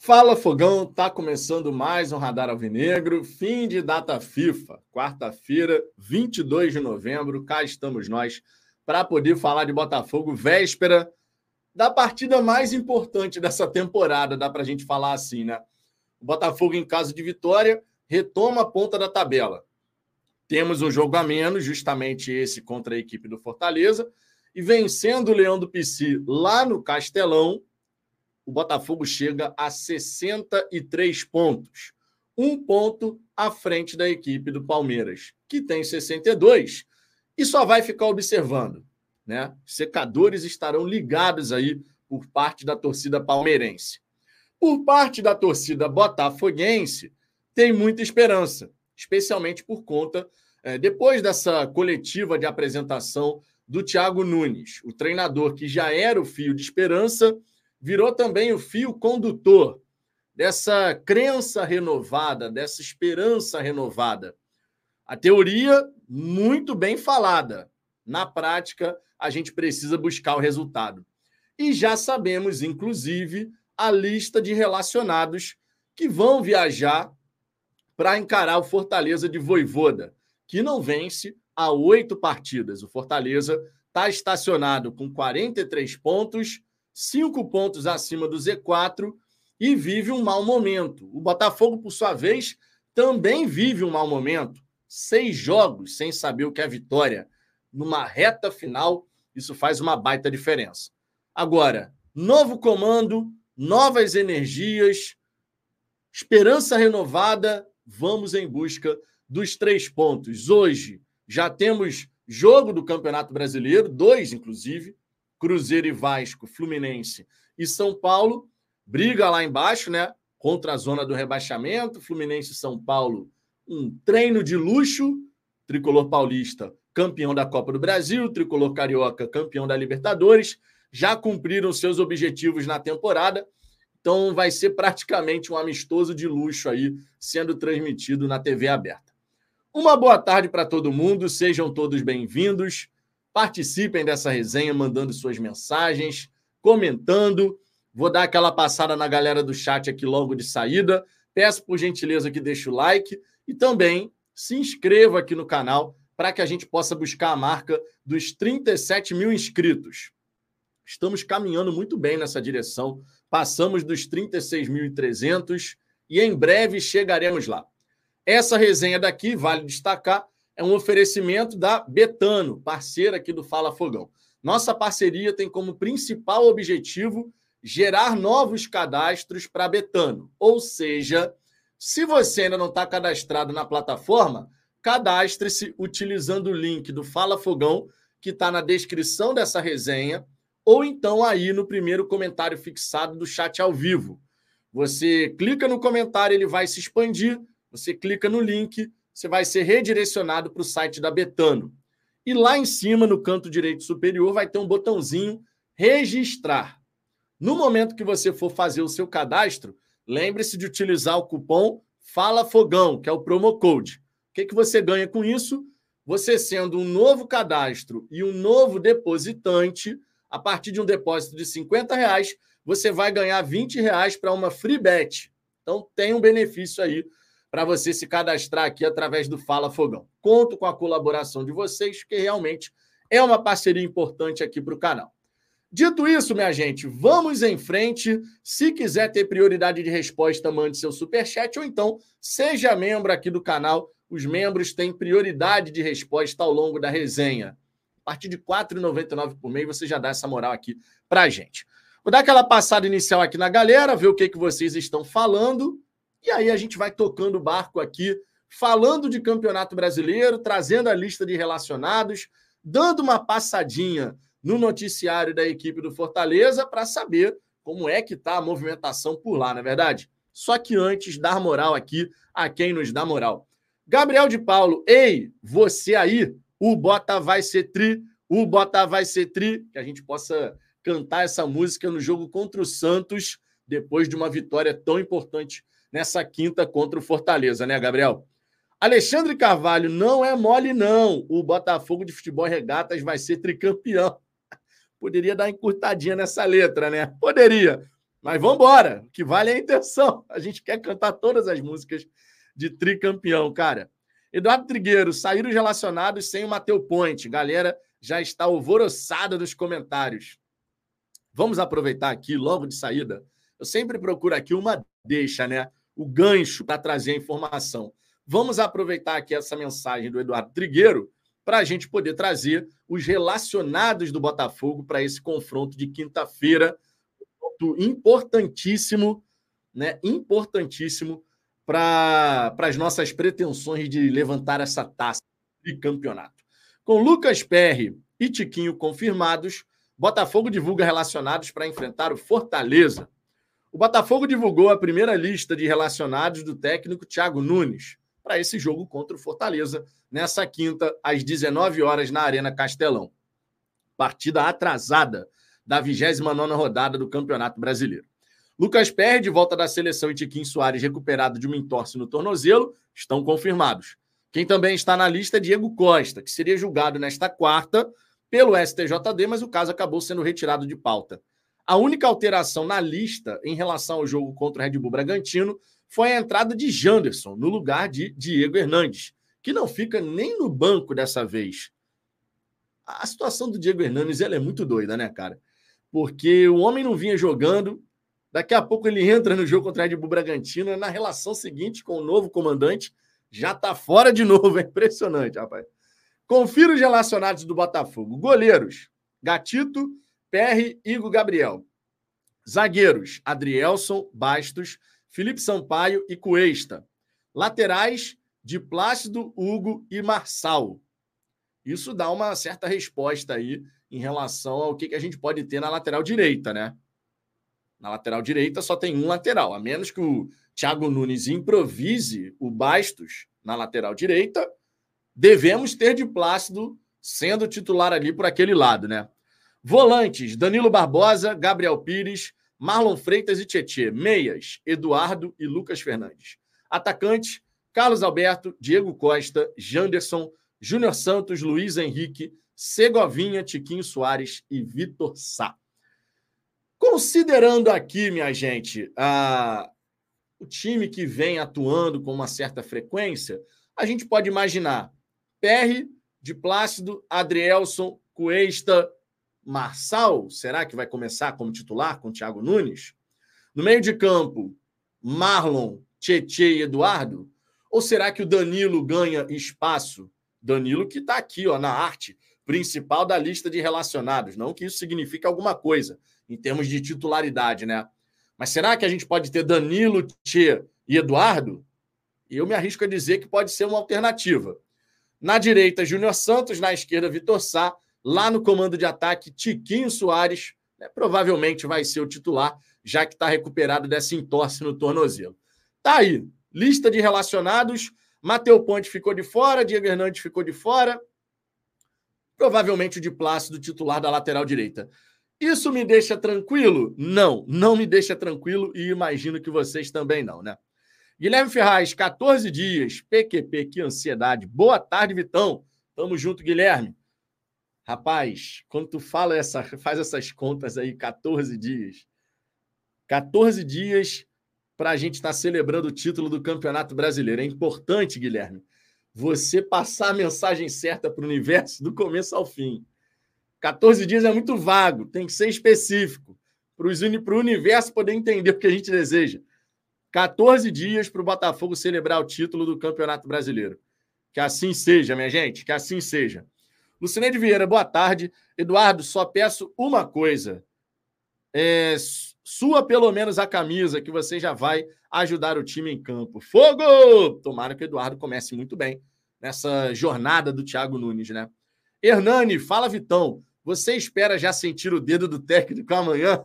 Fala Fogão, tá começando mais um Radar Alvinegro, fim de data FIFA, quarta-feira, 22 de novembro, cá estamos nós para poder falar de Botafogo, véspera da partida mais importante dessa temporada, dá para a gente falar assim, né? O Botafogo, em caso de vitória, retoma a ponta da tabela. Temos um jogo a menos, justamente esse contra a equipe do Fortaleza, e vencendo o Leão do Pici lá no Castelão, o Botafogo chega a 63 pontos. Um ponto à frente da equipe do Palmeiras, que tem 62 e só vai ficar observando, né? Secadores estarão ligados aí por parte da torcida palmeirense. Por parte da torcida botafoguense, tem muita esperança, especialmente por conta, depois dessa coletiva de apresentação do Thiago Nunes, o treinador que já era o fio de esperança, virou também o fio condutor dessa crença renovada, dessa esperança renovada. A teoria, muito bem falada. Na prática, a gente precisa buscar o resultado. E já sabemos, inclusive, a lista de relacionados que vão viajar para encarar o Fortaleza de Vojvoda, que não vence há 8 partidas. O Fortaleza está estacionado com 43 pontos, 5 pontos acima do Z4 e vive um mau momento. O Botafogo, por sua vez, também vive um mau momento. 6 jogos sem saber o que é vitória. Numa reta final, isso faz uma baita diferença. Agora, novo comando, novas energias, esperança renovada, vamos em busca dos 3 pontos. Hoje já temos jogo do Campeonato Brasileiro, 2 inclusive, Cruzeiro e Vasco, Fluminense e São Paulo, briga lá embaixo, né? Contra a zona do rebaixamento, Fluminense e São Paulo, um treino de luxo, Tricolor Paulista, campeão da Copa do Brasil, Tricolor Carioca, campeão da Libertadores, já cumpriram seus objetivos na temporada, então vai ser praticamente um amistoso de luxo aí, sendo transmitido na TV aberta. Uma boa tarde para todo mundo, sejam todos bem-vindos. Participem dessa resenha, mandando suas mensagens, comentando. Vou dar aquela passada na galera do chat aqui logo de saída. Peço, por gentileza, que deixe o like e também se inscreva aqui no canal para que a gente possa buscar a marca dos 37 mil inscritos. Estamos caminhando muito bem nessa direção. Passamos dos 36.300 e em breve chegaremos lá. Essa resenha daqui, vale destacar, é um oferecimento da Betano, parceira aqui do Fala Fogão. Nossa parceria tem como principal objetivo gerar novos cadastros para a Betano. Ou seja, se você ainda não está cadastrado na plataforma, cadastre-se utilizando o link do Fala Fogão, que está na descrição dessa resenha, ou então aí no primeiro comentário fixado do chat ao vivo. Você clica no comentário, ele vai se expandir, você clica no link, você vai ser redirecionado para o site da Betano. E lá em cima, no canto direito superior, vai ter um botãozinho registrar. No momento que você for fazer o seu cadastro, lembre-se de utilizar o cupom FALAFOGÃO, que é o promo code. O que você ganha com isso? Você sendo um novo cadastro e um novo depositante, a partir de um depósito de R$50, você vai ganhar R$20 para uma free bet. Então tem um benefício aí para você se cadastrar aqui através do Fala Fogão. Conto com a colaboração de vocês, que realmente é uma parceria importante aqui para o canal. Dito isso, minha gente, vamos em frente. Se quiser ter prioridade de resposta, mande seu superchat ou então seja membro aqui do canal. Os membros têm prioridade de resposta ao longo da resenha. A partir de R$ 4,99 por mês, você já dá essa moral aqui para a gente. Vou dar aquela passada inicial aqui na galera, ver o que vocês estão falando. E aí a gente vai tocando o barco aqui, falando de Campeonato Brasileiro, trazendo a lista de relacionados, dando uma passadinha no noticiário da equipe do Fortaleza para saber como é que está a movimentação por lá, não é verdade? Só que antes, dar moral aqui a quem nos dá moral. Gabriel de Paulo, ei, você aí, o Bota vai ser tri, o Bota vai ser tri, que a gente possa cantar essa música no jogo contra o Santos, depois de uma vitória tão importante nessa quinta contra o Fortaleza, né, Gabriel? Alexandre Carvalho, não é mole, não. O Botafogo de Futebol e Regatas vai ser tricampeão. Poderia dar uma encurtadinha nessa letra, né? Poderia. Mas vamos embora, o que vale é a intenção. A gente quer cantar todas as músicas de tricampeão, cara. Eduardo Trigueiro, saíram os relacionados sem o Mateu Ponte. Galera já está alvoroçada nos comentários. Vamos aproveitar aqui, logo de saída. Eu sempre procuro aqui uma deixa, né? O gancho para trazer a informação. Vamos aproveitar aqui essa mensagem do Eduardo Trigueiro para a gente poder trazer os relacionados do Botafogo para esse confronto de quinta-feira. Importantíssimo, né? Importantíssimo para as nossas pretensões de levantar essa taça de campeonato. Com Lucas Perry e Tiquinho confirmados, Botafogo divulga relacionados para enfrentar o Fortaleza. O Botafogo divulgou a primeira lista de relacionados do técnico Thiago Nunes para esse jogo contra o Fortaleza, nessa quinta, às 19 horas, na Arena Castelão. Partida atrasada da 29ª rodada do Campeonato Brasileiro. Lucas Perry, de volta da seleção, e Tiquinho Soares, recuperado de uma entorse no tornozelo, estão confirmados. Quem também está na lista é Diego Costa, que seria julgado nesta quarta pelo STJD, mas o caso acabou sendo retirado de pauta. A única alteração na lista em relação ao jogo contra o Red Bull Bragantino foi a entrada de Janderson no lugar de Diego Hernandes, que não fica nem no banco dessa vez. A situação do Diego Hernandes ela é muito doida, né, cara? Porque o homem não vinha jogando, daqui a pouco ele entra no jogo contra o Red Bull Bragantino, na relação seguinte com o novo comandante, já tá fora de novo, é impressionante, rapaz. Confira os relacionados do Botafogo. Goleiros, Gatito, Perry, Igor Gabriel. Zagueiros, Adrielson, Bastos, Felipe Sampaio e Cuesta. Laterais, de Plácido, Hugo e Marçal. Isso dá uma certa resposta aí em relação ao que a gente pode ter na lateral direita, né? Na lateral direita só tem um lateral, a menos que o Thiago Nunes improvise o Bastos na lateral direita, devemos ter de Plácido sendo titular ali por aquele lado, né? Volantes, Danilo Barbosa, Gabriel Pires, Marlon Freitas e Tietê. Meias, Eduardo e Lucas Fernandes. Atacantes, Carlos Alberto, Diego Costa, Janderson, Júnior Santos, Luiz Henrique, Segovinha, Tiquinho Soares e Vitor Sá. Considerando aqui, minha gente, o time que vem atuando com uma certa frequência, a gente pode imaginar Perry, de Plácido, Adrielson, Cuesta, Marçal, será que vai começar como titular com o Thiago Nunes? No meio de campo, Marlon, Tietê e Eduardo? Ou será que o Danilo ganha espaço? Danilo que está aqui ó, na arte principal da lista de relacionados. Não que isso signifique alguma coisa em termos de titularidade, né? Mas será que a gente pode ter Danilo, Tietê e Eduardo? Eu me arrisco a dizer que pode ser uma alternativa. Na direita, Júnior Santos. Na esquerda, Vitor Sá. Lá no comando de ataque, Tiquinho Soares. Né, provavelmente vai ser o titular, já que está recuperado dessa entorse no tornozelo. Tá aí. Lista de relacionados. Mateu Ponte ficou de fora. Diego Hernandes ficou de fora. Provavelmente o de Plácido, titular da lateral direita. Isso me deixa tranquilo? Não, não me deixa tranquilo e imagino que vocês também não, né? Guilherme Ferraz, 14 dias. PQP, que ansiedade. Boa tarde, Vitão. Tamo junto, Guilherme. Rapaz, quando tu faz essas contas aí, 14 dias. 14 dias para a gente estar celebrando o título do Campeonato Brasileiro. É importante, Guilherme, você passar a mensagem certa para o universo do começo ao fim. 14 dias é muito vago, tem que ser específico, para o universo poder entender o que a gente deseja. 14 dias para o Botafogo celebrar o título do Campeonato Brasileiro. Que assim seja, minha gente, que assim seja. Lucineide Vieira, boa tarde. Eduardo, só peço uma coisa. Sua pelo menos a camisa, que você já vai ajudar o time em campo. Fogo! Tomara que o Eduardo comece muito bem nessa jornada do Thiago Nunes, né? Hernani, fala, Vitão. Você espera já sentir o dedo do técnico amanhã?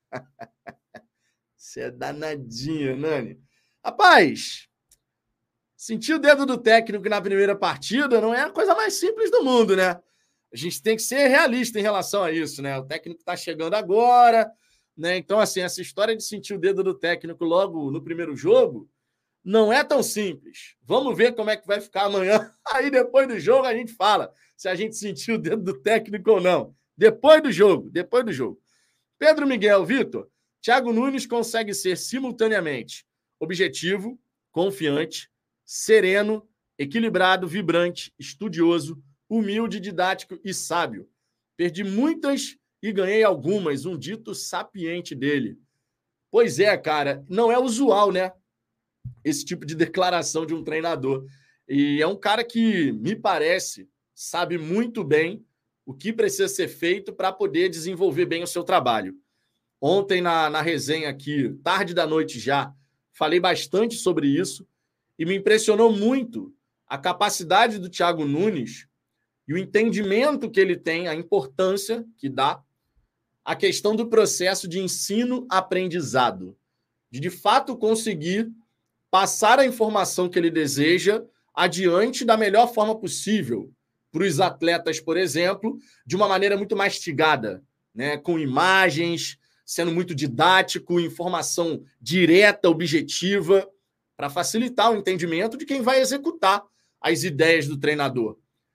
Você é danadinho, Hernani. Rapaz, sentir o dedo do técnico na primeira partida não é a coisa mais simples do mundo, né? A gente tem que ser realista em relação a isso, né? O técnico está chegando agora, né? Então, assim, essa história de sentir o dedo do técnico logo no primeiro jogo não é tão simples. Vamos ver como é que vai ficar amanhã. Aí, depois do jogo, a gente fala se a gente sentiu o dedo do técnico ou não. Depois do jogo, depois do jogo. Pedro Miguel, Vitor, Thiago Nunes consegue ser simultaneamente objetivo, confiante, sereno, equilibrado, vibrante, estudioso, humilde, didático e sábio. Perdi muitas e ganhei algumas, um dito sapiente dele. Pois é, cara, não é usual, né? Esse tipo de declaração de um treinador. E é um cara que, me parece, sabe muito bem o que precisa ser feito para poder desenvolver bem o seu trabalho. Ontem, na resenha aqui, tarde da noite já, falei bastante sobre isso e me impressionou muito a capacidade do Thiago Nunes e o entendimento que ele tem, a importância que dá a questão do processo de ensino-aprendizado, de fato conseguir passar a informação que ele deseja adiante da melhor forma possível para os atletas, por exemplo, de uma maneira muito mastigada, né? Com imagens, sendo muito didático, informação direta, objetiva, para facilitar o entendimento de quem vai executar as ideias do treinador.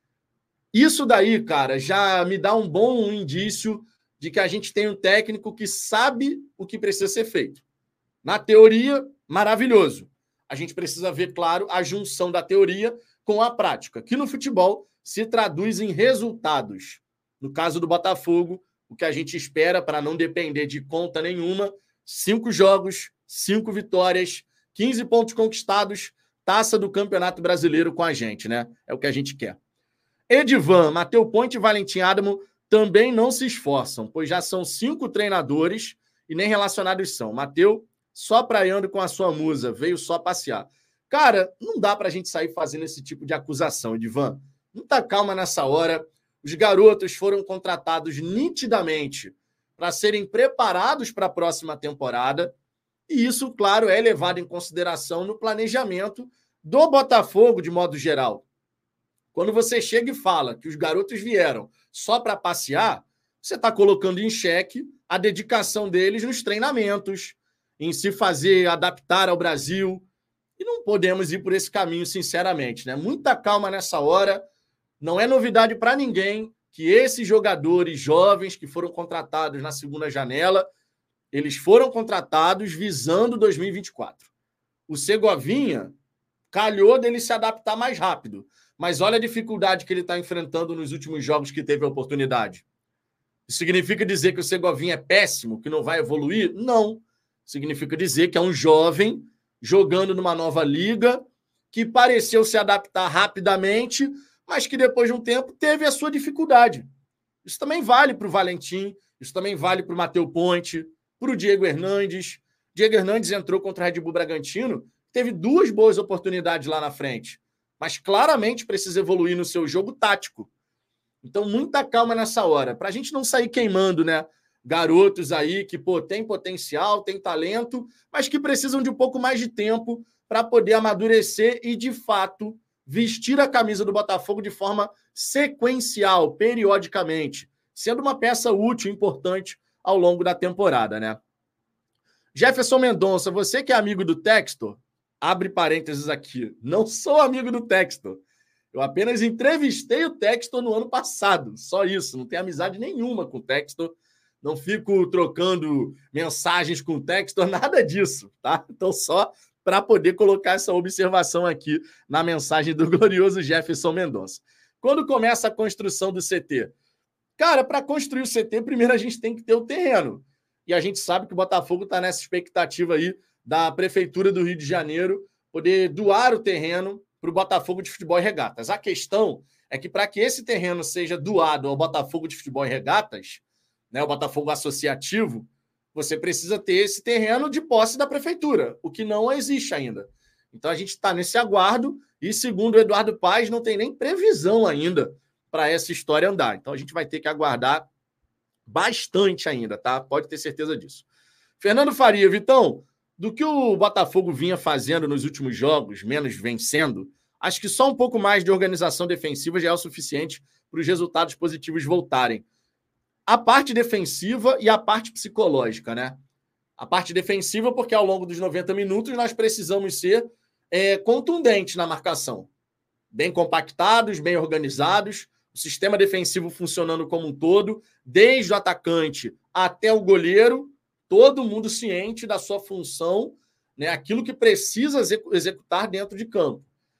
Isso daí, cara, já me dá um bom indício de que a gente tem um técnico que sabe o que precisa ser feito. Na teoria, maravilhoso. A gente precisa ver, claro, a junção da teoria com a prática, que no futebol se traduz em resultados. No caso do Botafogo, o que a gente espera para não depender de conta nenhuma, 5 jogos, 5 vitórias, 15 pontos conquistados, taça do Campeonato Brasileiro com a gente, né? É o que a gente quer. Edivan, Matheus Ponte e Valentim Adamo também não se esforçam, pois já são 5 treinadores e nem relacionados são. Matheus, só praiando com a sua musa, veio só passear. Cara, não dá pra gente sair fazendo esse tipo de acusação, Edivan. Muita calma nessa hora. Os garotos foram contratados nitidamente para serem preparados para a próxima temporada. E isso, claro, é levado em consideração no planejamento do Botafogo, de modo geral. Quando você chega e fala que os garotos vieram só para passear, você está colocando em xeque a dedicação deles nos treinamentos, em se fazer adaptar ao Brasil. E não podemos ir por esse caminho, sinceramente, né? Muita calma nessa hora. Não é novidade para ninguém que esses jogadores jovens que foram contratados na segunda janela, eles foram contratados visando 2024. O Segovinha calhou dele se adaptar mais rápido. Mas olha a dificuldade que ele está enfrentando nos últimos jogos que teve a oportunidade. Isso significa dizer que o Segovinha é péssimo, que não vai evoluir? Não. Significa dizer que é um jovem jogando numa nova liga que pareceu se adaptar rapidamente, mas que depois de um tempo teve a sua dificuldade. Isso também vale para o Valentim, isso também vale para o Matheus Ponte, para o Diego Hernandes. Diego Hernandes entrou contra o Red Bull Bragantino, teve 2 boas oportunidades lá na frente, mas claramente precisa evoluir no seu jogo tático. Então, muita calma nessa hora, para a gente não sair queimando, né? Garotos aí que, tem potencial, tem talento, mas que precisam de um pouco mais de tempo para poder amadurecer e, de fato, vestir a camisa do Botafogo de forma sequencial, periodicamente, sendo uma peça útil, importante ao longo da temporada, né? Jefferson Mendonça, você que é amigo do Textor, abre parênteses aqui, não sou amigo do Textor. Eu apenas entrevistei o Textor no ano passado, só isso, não tenho amizade nenhuma com o Textor, não fico trocando mensagens com o Textor, nada disso, tá? Então, só para poder colocar essa observação aqui na mensagem do glorioso Jefferson Mendonça. Quando começa a construção do CT? Cara, para construir o CT, primeiro a gente tem que ter o terreno. E a gente sabe que o Botafogo está nessa expectativa aí da Prefeitura do Rio de Janeiro poder doar o terreno para o Botafogo de Futebol e Regatas. A questão é que para que esse terreno seja doado ao Botafogo de Futebol e Regatas, né, o Botafogo Associativo, você precisa ter esse terreno de posse da Prefeitura, o que não existe ainda. Então a gente está nesse aguardo e, segundo o Eduardo Paes, não tem nem previsão ainda para essa história andar. Então a gente vai ter que aguardar bastante ainda, tá? Pode ter certeza disso. Fernando Faria, Vitão, do que o Botafogo vinha fazendo nos últimos jogos, menos vencendo, acho que só um pouco mais de organização defensiva já é o suficiente para os resultados positivos voltarem. A parte defensiva e a parte psicológica, né? A parte defensiva, porque ao longo dos 90 minutos nós precisamos ser contundentes na marcação. Bem compactados, bem organizados, o sistema defensivo funcionando como um todo, desde o atacante até o goleiro, todo mundo ciente da sua função, né, aquilo que precisa executar dentro de campo.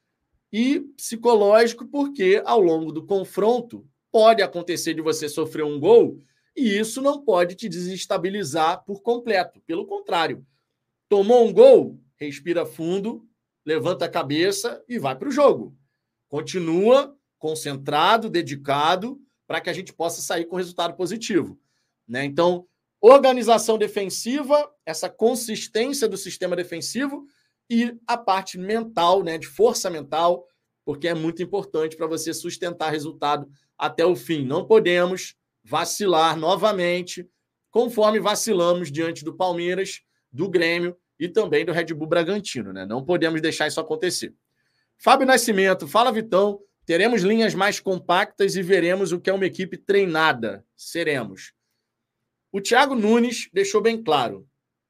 E psicológico, porque ao longo do confronto pode acontecer de você sofrer um gol e isso não pode te desestabilizar por completo. Pelo contrário, tomou um gol, respira fundo, levanta a cabeça e vai para o jogo. Continua concentrado, dedicado, para que a gente possa sair com resultado positivo, né? Então, organização defensiva, essa consistência do sistema defensivo e a parte mental, né, de força mental, porque é muito importante para você sustentar resultado até o fim. Não podemos vacilar novamente, conforme vacilamos diante do Palmeiras, do Grêmio e também do Red Bull Bragantino, né? Não podemos deixar isso acontecer. Fábio Nascimento, fala Vitão, teremos linhas mais compactas e veremos o que é uma equipe treinada. Seremos. O Thiago Nunes deixou bem claro.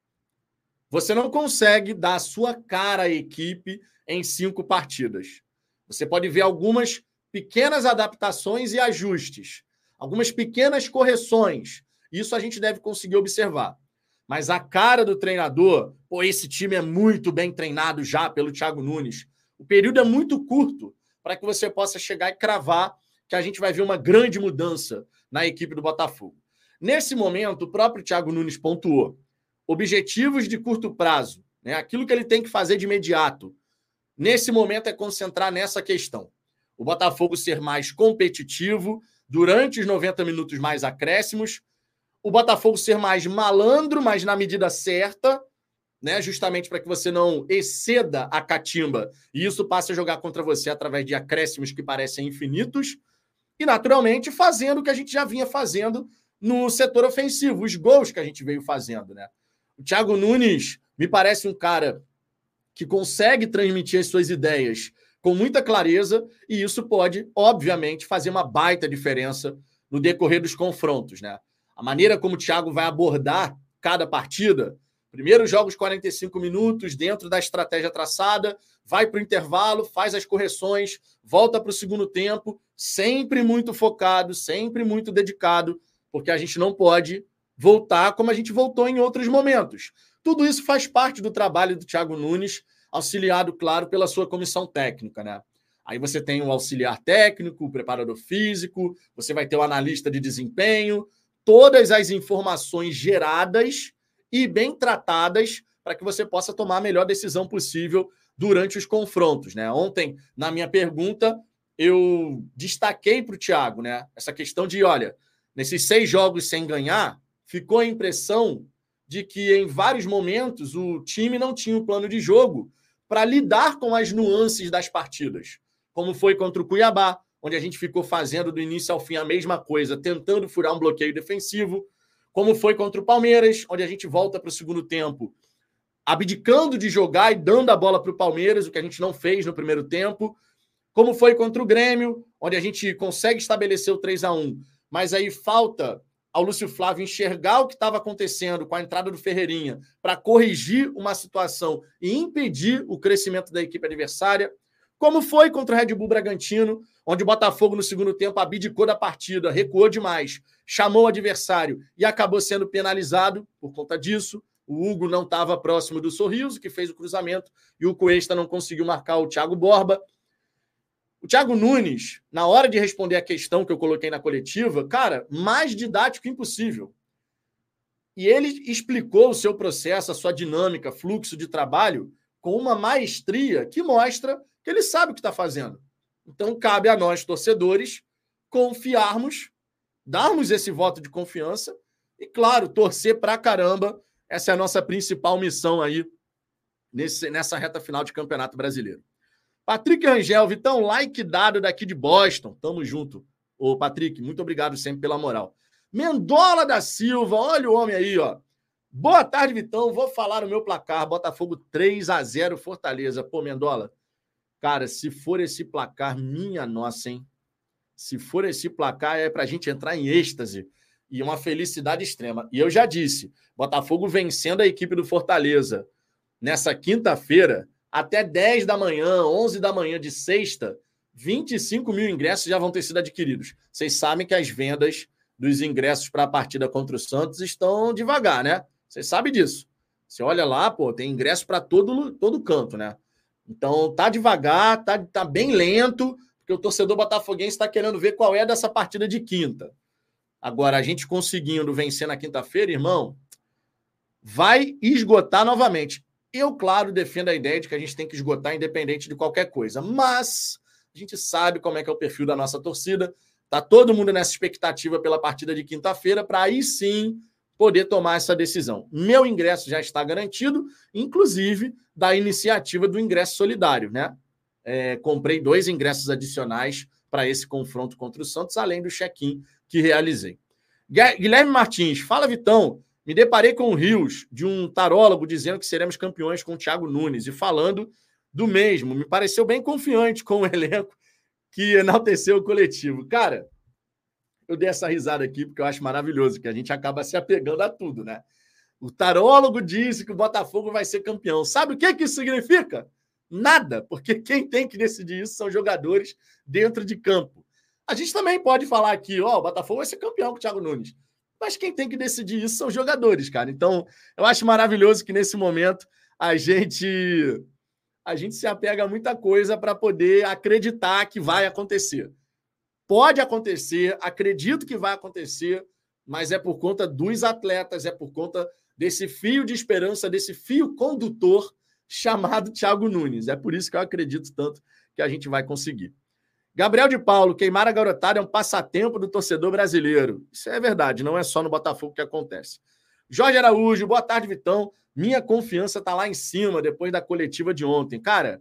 Você não consegue dar a sua cara à equipe em 5 partidas. Você pode ver algumas pequenas adaptações e ajustes, algumas pequenas correções. Isso a gente deve conseguir observar. Mas a cara do treinador, pô, esse time é muito bem treinado já pelo Thiago Nunes. O período é muito curto para que você possa chegar e cravar que a gente vai ver uma grande mudança na equipe do Botafogo. Nesse momento, o próprio Thiago Nunes pontuou objetivos de curto prazo, né? Aquilo que ele tem que fazer de imediato. Nesse momento é concentrar nessa questão. O Botafogo ser mais competitivo durante os 90 minutos mais acréscimos, o Botafogo ser mais malandro, mas na medida certa, né? Justamente para que você não exceda a catimba e isso passe a jogar contra você através de acréscimos que parecem infinitos e, naturalmente, fazendo o que a gente já vinha fazendo no setor ofensivo, os gols que a gente veio fazendo, né? O Thiago Nunes me parece um cara que consegue transmitir as suas ideias com muita clareza e isso pode, obviamente, fazer uma baita diferença no decorrer dos confrontos, né? A maneira como o Thiago vai abordar cada partida, primeiro joga os 45 minutos dentro da estratégia traçada, vai para o intervalo, faz as correções, volta para o segundo tempo, sempre muito focado, sempre muito dedicado, porque a gente não pode voltar como a gente voltou em outros momentos. Tudo isso faz parte do trabalho do Thiago Nunes, auxiliado, claro, pela sua comissão técnica, né? Aí você tem o auxiliar técnico, o preparador físico, você vai ter o analista de desempenho, todas as informações geradas e bem tratadas para que você possa tomar a melhor decisão possível durante os confrontos, né? Ontem, na minha pergunta, eu destaquei para o Thiago, né? Essa questão de, olha, nesses 6 jogos sem ganhar, ficou a impressão de que em vários momentos o time não tinha um plano de jogo para lidar com as nuances das partidas, como foi contra o Cuiabá, onde a gente ficou fazendo do início ao fim a mesma coisa, tentando furar um bloqueio defensivo, como foi contra o Palmeiras, onde a gente volta para o segundo tempo, abdicando de jogar e dando a bola para o Palmeiras, o que a gente não fez no primeiro tempo, como foi contra o Grêmio, onde a gente consegue estabelecer o 3-1, mas aí falta ao Lúcio Flávio enxergar o que estava acontecendo com a entrada do Ferreirinha para corrigir uma situação e impedir o crescimento da equipe adversária, como foi contra o Red Bull Bragantino, onde o Botafogo no segundo tempo abdicou da partida, recuou demais, chamou o adversário e acabou sendo penalizado por conta disso. O Hugo não estava próximo do Sorriso, que fez o cruzamento, e o Cuesta não conseguiu marcar o Thiago Borba. O Thiago Nunes, na hora de responder a questão que eu coloquei na coletiva, cara, mais didático impossível. E ele explicou o seu processo, a sua dinâmica, fluxo de trabalho, com uma maestria que mostra que ele sabe o que está fazendo. Então, cabe a nós, torcedores, confiarmos, darmos esse voto de confiança e, claro, torcer pra caramba. Essa é a nossa principal missão aí nessa reta final de Campeonato Brasileiro. Patrick Rangel, Vitão, like dado daqui de Boston. Tamo junto. Ô, Patrick, muito obrigado sempre pela moral. Mendola da Silva, olha o homem aí, ó. Boa tarde, Vitão. Vou falar o meu placar. Botafogo 3-0 Fortaleza. Pô, Mendola, cara, se for esse placar, minha nossa, hein? Se for esse placar, é pra gente entrar em êxtase e uma felicidade extrema. E eu já disse, Botafogo vencendo a equipe do Fortaleza nessa quinta-feira, até 10 da manhã, 11 da manhã de sexta, 25 mil ingressos já vão ter sido adquiridos. Vocês sabem que as vendas dos ingressos para a partida contra o Santos estão devagar, né? Você sabe disso. Você olha lá, pô, tem ingresso para todo canto, né? Então, tá devagar, tá bem lento, porque o torcedor botafoguense está querendo ver qual é dessa partida de quinta. Agora, a gente conseguindo vencer na quinta-feira, irmão, vai esgotar novamente. Eu, claro, defendo a ideia de que a gente tem que esgotar independente de qualquer coisa, mas a gente sabe como é que é o perfil da nossa torcida. Tá todo mundo nessa expectativa pela partida de quinta-feira para aí sim poder tomar essa decisão. Meu ingresso já está garantido, inclusive da iniciativa do ingresso solidário, né? Comprei 2 ingressos adicionais para esse confronto contra o Santos, além do check-in que realizei. Guilherme Martins, fala, Vitão. Me deparei com o Rios, de um tarólogo, dizendo que seremos campeões com o Thiago Nunes, e falando do mesmo. Me pareceu bem confiante com o elenco que enalteceu o coletivo. Cara, eu dei essa risada aqui porque eu acho maravilhoso, que a gente acaba se apegando a tudo, né? O tarólogo disse que o Botafogo vai ser campeão. Sabe o que isso significa? Nada, porque quem tem que decidir isso são jogadores dentro de campo. A gente também pode falar aqui, ó, o Botafogo vai ser campeão com o Thiago Nunes. Mas quem tem que decidir isso são os jogadores, cara. Então, eu acho maravilhoso que nesse momento a gente se apega a muita coisa para poder acreditar que vai acontecer. Pode acontecer, acredito que vai acontecer, mas é por conta dos atletas, é por conta desse fio de esperança, desse fio condutor chamado Thiago Nunes. É por isso que eu acredito tanto que a gente vai conseguir. Gabriel de Paulo, queimar a garotada é um passatempo do torcedor brasileiro. Isso é verdade, não é só no Botafogo que acontece. Jorge Araújo, boa tarde, Vitão. Minha confiança está lá em cima depois da coletiva de ontem. Cara,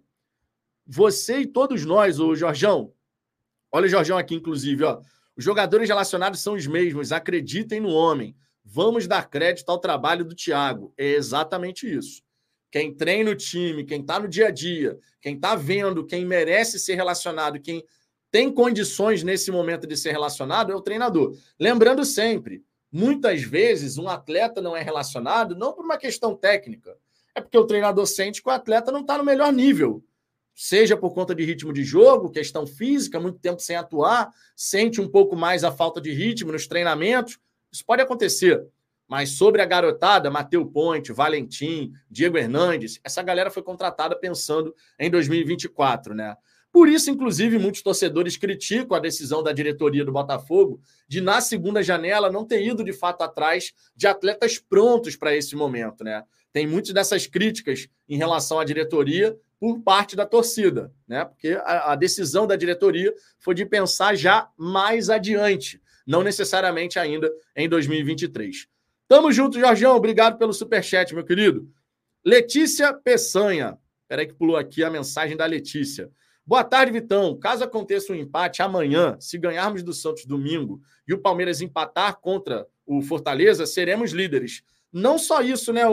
você e todos nós, o Jorjão, olha o Jorjão aqui, inclusive, ó. Os jogadores relacionados são os mesmos, acreditem no homem. Vamos dar crédito ao trabalho do Thiago. É exatamente isso. Quem treina o time, quem está no dia a dia, quem está vendo, quem merece ser relacionado, quem tem condições nesse momento de ser relacionado é o treinador. Lembrando sempre, muitas vezes um atleta não é relacionado não por uma questão técnica, é porque o treinador sente que o atleta não está no melhor nível. Seja por conta de ritmo de jogo, questão física, muito tempo sem atuar, sente um pouco mais a falta de ritmo nos treinamentos. Isso pode acontecer. Mas sobre a garotada, Matheus Ponte, Valentim, Diego Hernandes, essa galera foi contratada pensando em 2024, né? Por isso, inclusive, muitos torcedores criticam a decisão da diretoria do Botafogo de, na segunda janela, não ter ido de fato atrás de atletas prontos para esse momento, né? Tem muitas dessas críticas em relação à diretoria por parte da torcida, né? Porque a decisão da diretoria foi de pensar já mais adiante, não necessariamente ainda em 2023. Tamo junto, Jorjão. Obrigado pelo superchat, meu querido. Letícia Peçanha. Peraí que pulou aqui a mensagem da Letícia. Boa tarde, Vitão. Caso aconteça um empate amanhã, se ganharmos do Santos domingo e o Palmeiras empatar contra o Fortaleza, seremos líderes. Não só isso, né,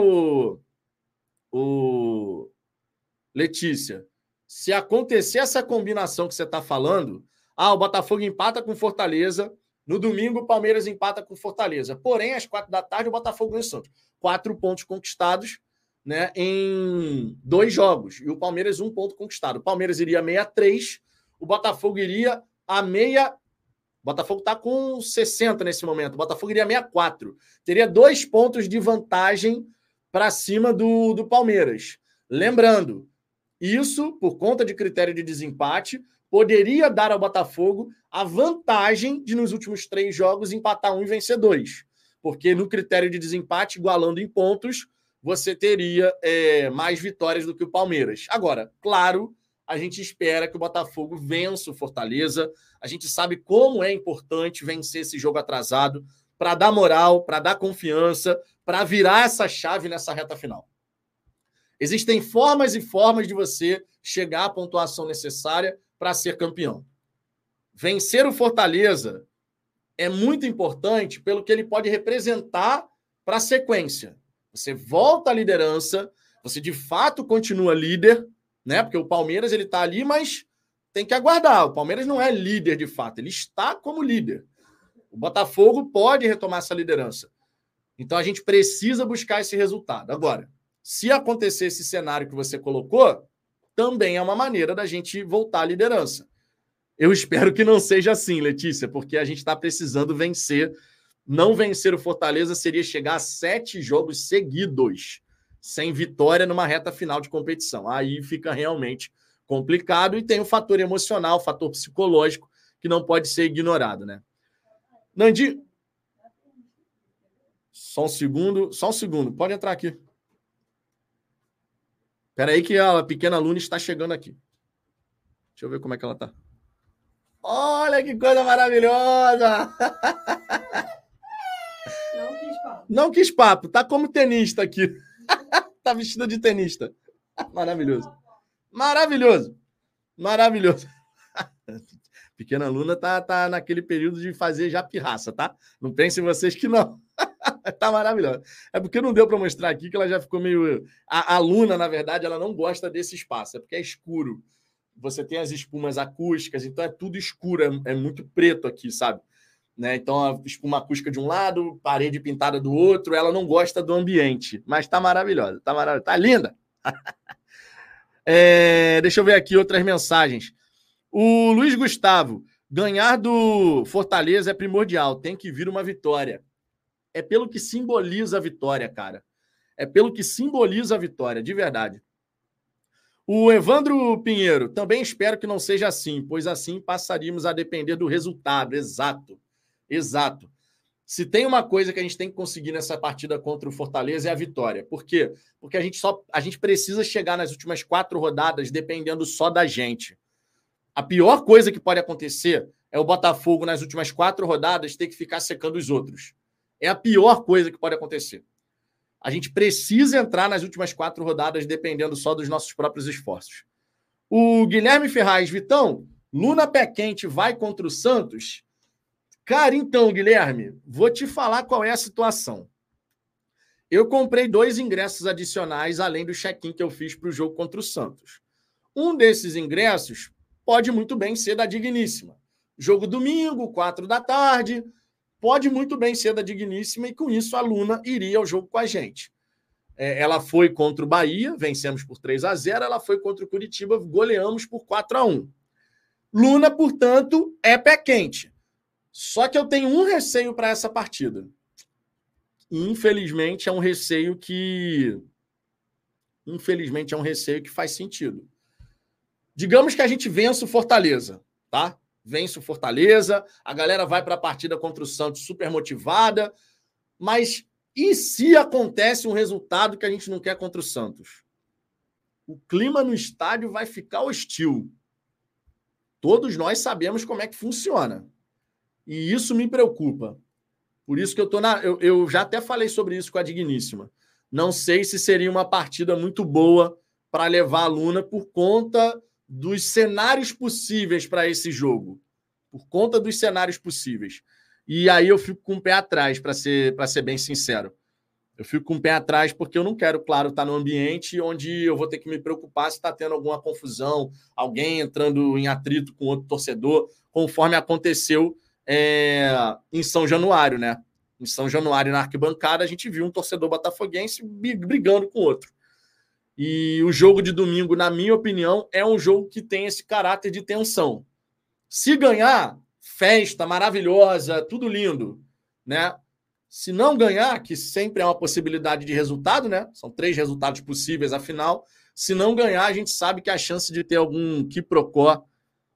o Letícia. Se acontecer essa combinação que você está falando, o Botafogo empata com Fortaleza, no domingo o Palmeiras empata com Fortaleza. Porém, às 4h o Botafogo ganha o Santos. 4 pontos conquistados, né, em 2 jogos. E o Palmeiras 1 ponto conquistado. O Palmeiras iria a 63, o Botafogo iria a 6... O Botafogo está com 60 nesse momento. O Botafogo iria a 64. Teria 2 pontos de vantagem para cima do Palmeiras. Lembrando, isso, por conta de critério de desempate, poderia dar ao Botafogo a vantagem de, nos últimos 3 jogos, empatar 1 e vencer 2. Porque no critério de desempate, igualando em pontos, você teria mais vitórias do que o Palmeiras. Agora, claro, a gente espera que o Botafogo vença o Fortaleza. A gente sabe como é importante vencer esse jogo atrasado para dar moral, para dar confiança, para virar essa chave nessa reta final. Existem formas e formas de você chegar à pontuação necessária para ser campeão. Vencer o Fortaleza é muito importante pelo que ele pode representar para a sequência. Você volta à liderança, você de fato continua líder, né? Porque o Palmeiras ele está ali, mas tem que aguardar. O Palmeiras não é líder de fato, ele está como líder. O Botafogo pode retomar essa liderança. Então a gente precisa buscar esse resultado. Agora, se acontecer esse cenário que você colocou, também é uma maneira da gente voltar à liderança. Eu espero que não seja assim, Letícia, porque a gente está precisando vencer Não vencer o Fortaleza seria chegar a 7 jogos seguidos, sem vitória numa reta final de competição. Aí fica realmente complicado e tem o fator emocional, o fator psicológico, que não pode ser ignorado, né? Nandi... Só um segundo. Pode entrar aqui. Espera aí que a pequena Luna está chegando aqui. Deixa eu ver como é que ela tá. Olha que coisa maravilhosa! Não quis papo. Tá como tenista aqui. Tá vestida de tenista. Maravilhoso. Pequena Luna tá naquele período de fazer já pirraça, tá? Não pensem vocês que não. Tá maravilhosa. É porque não deu para mostrar aqui que ela já ficou meio... A Luna, na verdade, ela não gosta desse espaço. É porque é escuro. Você tem as espumas acústicas, então é tudo escuro. É muito preto aqui, sabe? Né? Então, a espuma acústica de um lado, parede pintada do outro. Ela não gosta do ambiente. Mas tá maravilhosa. Tá linda. Deixa eu ver aqui outras mensagens. O Luiz Gustavo. Ganhar do Fortaleza é primordial. Tem que vir uma vitória. É pelo que simboliza a vitória, cara. É pelo que simboliza a vitória, de verdade. O Evandro Pinheiro. Também espero que não seja assim, pois assim passaríamos a depender do resultado. Exato. Se tem uma coisa que a gente tem que conseguir nessa partida contra o Fortaleza é a vitória. Por quê? Porque a gente precisa chegar nas últimas 4 rodadas dependendo só da gente. A pior coisa que pode acontecer é o Botafogo nas últimas 4 rodadas ter que ficar secando os outros. É a pior coisa que pode acontecer. A gente precisa entrar nas últimas 4 rodadas dependendo só dos nossos próprios esforços. O Guilherme Ferraz, Vitão, Luna pé quente vai contra o Santos? Cara, então, Guilherme, vou te falar qual é a situação. Eu comprei 2 ingressos adicionais além do check-in que eu fiz para o jogo contra o Santos. Um desses ingressos pode muito bem ser da Digníssima. Jogo domingo, 4 da tarde... Pode muito bem ser da Digníssima e, com isso, a Luna iria ao jogo com a gente. Ela foi contra o Bahia, vencemos por 3-0. Ela foi contra o Curitiba, goleamos por 4-1. Luna, portanto, é pé quente. Só que eu tenho um receio para essa partida. E, infelizmente, é um receio que faz sentido. Digamos que a gente vença o Fortaleza, tá? Vence o Fortaleza, a galera vai para a partida contra o Santos super motivada, mas e se acontece um resultado que a gente não quer contra o Santos? O clima no estádio vai ficar hostil. Todos nós sabemos como é que funciona. E isso me preocupa. Por isso que eu já até falei sobre isso com a Digníssima. Não sei se seria uma partida muito boa para levar a Luna por conta dos cenários possíveis para esse jogo. Por conta dos cenários possíveis. E aí eu fico com o pé atrás, para ser bem sincero. Eu fico com o pé atrás porque eu não quero, claro, estar no ambiente onde eu vou ter que me preocupar se está tendo alguma confusão, alguém entrando em atrito com outro torcedor, conforme aconteceu em São Januário, né? Em São Januário, na arquibancada, a gente viu um torcedor botafoguense brigando com outro. E o jogo de domingo, na minha opinião, é um jogo que tem esse caráter de tensão. Se ganhar, festa maravilhosa, tudo lindo, né? Se não ganhar, que sempre é uma possibilidade de resultado, né? São 3 resultados possíveis, afinal. Se não ganhar, a gente sabe que a chance de ter algum quiprocó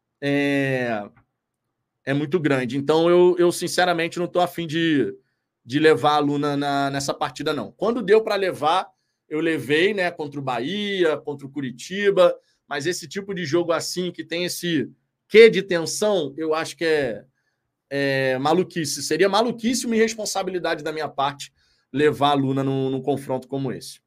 é muito grande. Então, eu sinceramente, não estou afim de levar a Luna nessa partida, não. Quando deu para levar, eu levei, né, contra o Bahia, contra o Curitiba, mas esse tipo de jogo assim, que tem esse quê de tensão, eu acho que é maluquice. Seria maluquice e uma irresponsabilidade da minha parte levar a Luna num confronto como esse.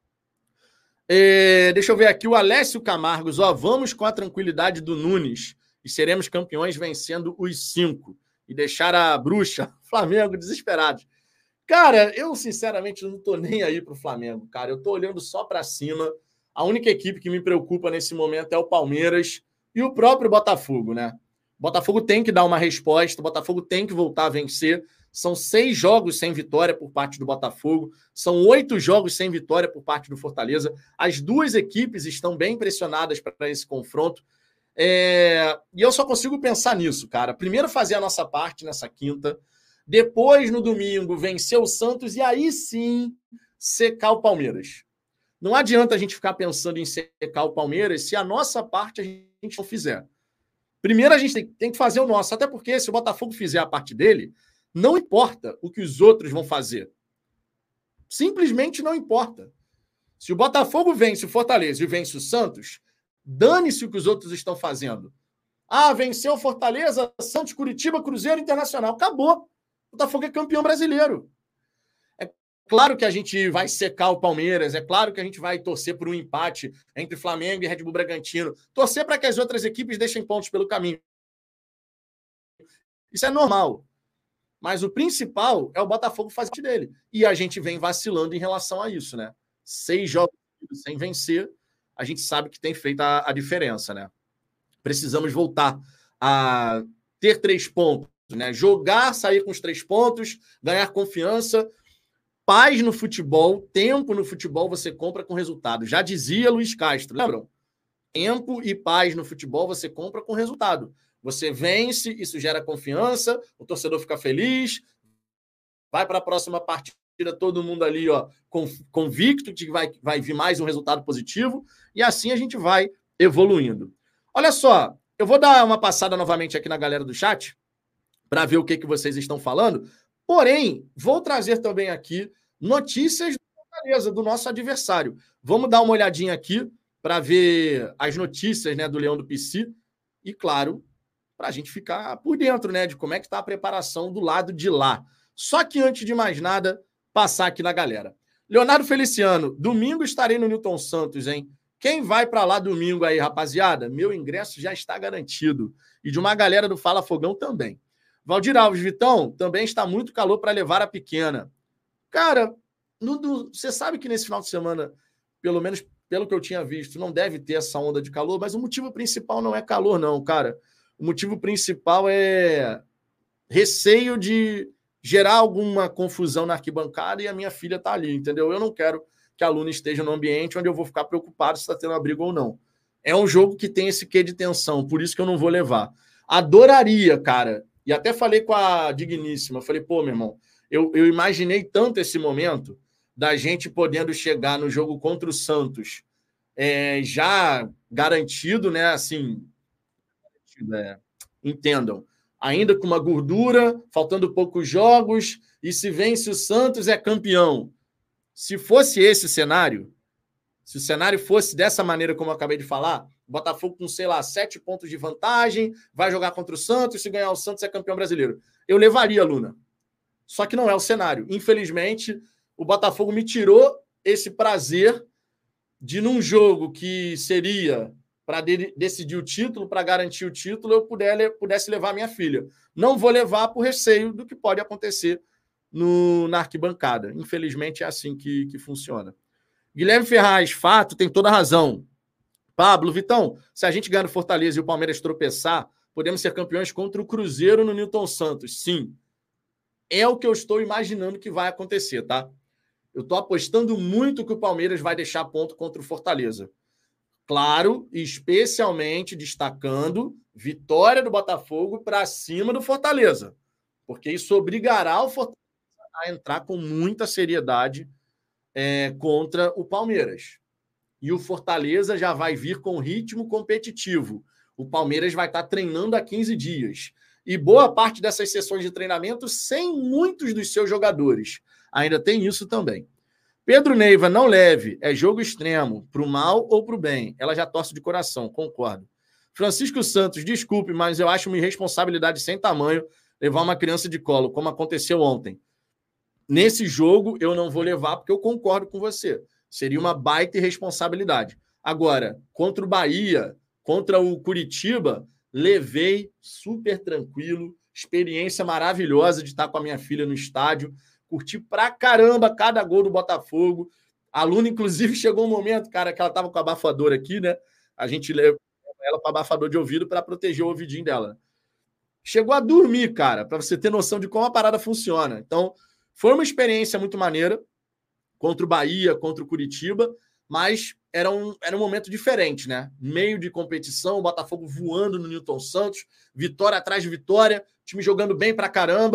Deixa eu ver aqui o Alessio Camargos. Vamos com a tranquilidade do Nunes e seremos campeões vencendo os 5 e deixar a bruxa Flamengo desesperados. Cara, eu sinceramente não tô nem aí pro Flamengo, cara. Eu tô olhando só para cima. A única equipe que me preocupa nesse momento é o Palmeiras e o próprio Botafogo, né? O Botafogo tem que dar uma resposta, o Botafogo tem que voltar a vencer. São 6 jogos sem vitória por parte do Botafogo, são 8 jogos sem vitória por parte do Fortaleza. As 2 equipes estão bem pressionadas para esse confronto. E eu só consigo pensar nisso, cara. Primeiro fazer a nossa parte nessa quinta, Depois, no domingo, vencer o Santos e aí sim secar o Palmeiras. Não adianta a gente ficar pensando em secar o Palmeiras se a nossa parte a gente não fizer. Primeiro a gente tem que fazer o nosso, até porque se o Botafogo fizer a parte dele, não importa o que os outros vão fazer. Simplesmente não importa. Se o Botafogo vence o Fortaleza e vence o Santos, dane-se o que os outros estão fazendo. Ah, venceu o Fortaleza, Santos, Curitiba, Cruzeiro, Internacional. Acabou. O Botafogo é campeão brasileiro. É claro que a gente vai secar o Palmeiras, é claro que a gente vai torcer por um empate entre Flamengo e Red Bull Bragantino, torcer para que as outras equipes deixem pontos pelo caminho. Isso é normal. Mas o principal é o Botafogo fazer parte dele. E a gente vem vacilando em relação a isso, né? 6 jogos sem vencer, a gente sabe que tem feito a diferença, né? Precisamos voltar a ter 3 pontos, né? Jogar, sair com os 3 pontos, ganhar confiança. Paz no futebol, tempo no futebol você compra com resultado. Já dizia Luiz Castro, lembram? Tempo e paz no futebol você compra com resultado. Você vence, isso gera confiança, o torcedor fica feliz, vai para a próxima partida todo mundo ali ó, convicto de que vai vir mais um resultado positivo, e assim a gente vai evoluindo. Olha só, eu vou dar uma passada novamente aqui na galera do chat para ver o que vocês estão falando, porém, vou trazer também aqui notícias do Fortaleza, do nosso adversário. Vamos dar uma olhadinha aqui para ver as notícias, né, do Leão do PC e, claro, para a gente ficar por dentro, né, de como é que está a preparação do lado de lá. Só que, antes de mais nada, passar aqui na galera. Leonardo Feliciano, domingo estarei no Newton Santos, hein? Quem vai para lá domingo aí, rapaziada? Meu ingresso já está garantido. E de uma galera do Fala Fogão também. Valdir Alves, Vitão, também está muito calor para levar a pequena. Cara, você sabe que nesse final de semana, pelo menos pelo que eu tinha visto, não deve ter essa onda de calor, mas o motivo principal não é calor, não, cara. O motivo principal é receio de gerar alguma confusão na arquibancada e a minha filha tá ali, entendeu? Eu não quero que a Luna esteja no ambiente onde eu vou ficar preocupado se está tendo uma briga ou não. É um jogo que tem esse quê de tensão, por isso que eu não vou levar. Adoraria, cara, e até falei com a Digníssima, falei, pô, meu irmão, eu imaginei tanto esse momento da gente podendo chegar no jogo contra o Santos já garantido, né, assim, entendam, ainda com uma gordura, faltando poucos jogos, e se vence o Santos é campeão. Se fosse esse o cenário, se o cenário fosse dessa maneira como eu acabei de falar, Botafogo com, sei lá, 7 pontos de vantagem, vai jogar contra o Santos, se ganhar o Santos é campeão brasileiro. Eu levaria, Luna. Só que não é o cenário. Infelizmente, o Botafogo me tirou esse prazer de, num jogo que seria para decidir o título, para garantir o título, eu pudesse levar minha filha. Não vou levar por receio do que pode acontecer na arquibancada. Infelizmente, é assim que funciona. Guilherme Ferraz, fato, tem toda a razão. Pablo, Vitão, se a gente ganhar no Fortaleza e o Palmeiras tropeçar, podemos ser campeões contra o Cruzeiro no Newton Santos. Sim. É o que eu estou imaginando que vai acontecer, tá? Eu estou apostando muito que o Palmeiras vai deixar ponto contra o Fortaleza. Claro, especialmente destacando vitória do Botafogo para cima do Fortaleza, porque isso obrigará o Fortaleza a entrar com muita seriedade contra o Palmeiras. E o Fortaleza já vai vir com ritmo competitivo. O Palmeiras vai estar treinando há 15 dias. E boa parte dessas sessões de treinamento sem muitos dos seus jogadores. Ainda tem isso também. Pedro Neiva, não leve, é jogo extremo, para o mal ou para o bem. Ela já torce de coração, concordo. Francisco Santos, desculpe, mas eu acho uma irresponsabilidade sem tamanho levar uma criança de colo, como aconteceu ontem. Nesse jogo, eu não vou levar porque eu concordo com você. Seria uma baita irresponsabilidade. Agora, contra o Bahia, contra o Curitiba, levei super tranquilo, experiência maravilhosa de estar com a minha filha no estádio, curti pra caramba cada gol do Botafogo. A Luna, inclusive, chegou um momento, cara, que ela tava com abafador aqui, né? A gente leva ela para abafador de ouvido para proteger o ouvidinho dela. Chegou a dormir, cara, para você ter noção de como a parada funciona. Então, foi uma experiência muito maneira contra o Bahia, contra o Curitiba, mas era um momento diferente, né? Meio de competição, o Botafogo voando no Newton Santos, vitória atrás de vitória, time jogando bem pra caramba.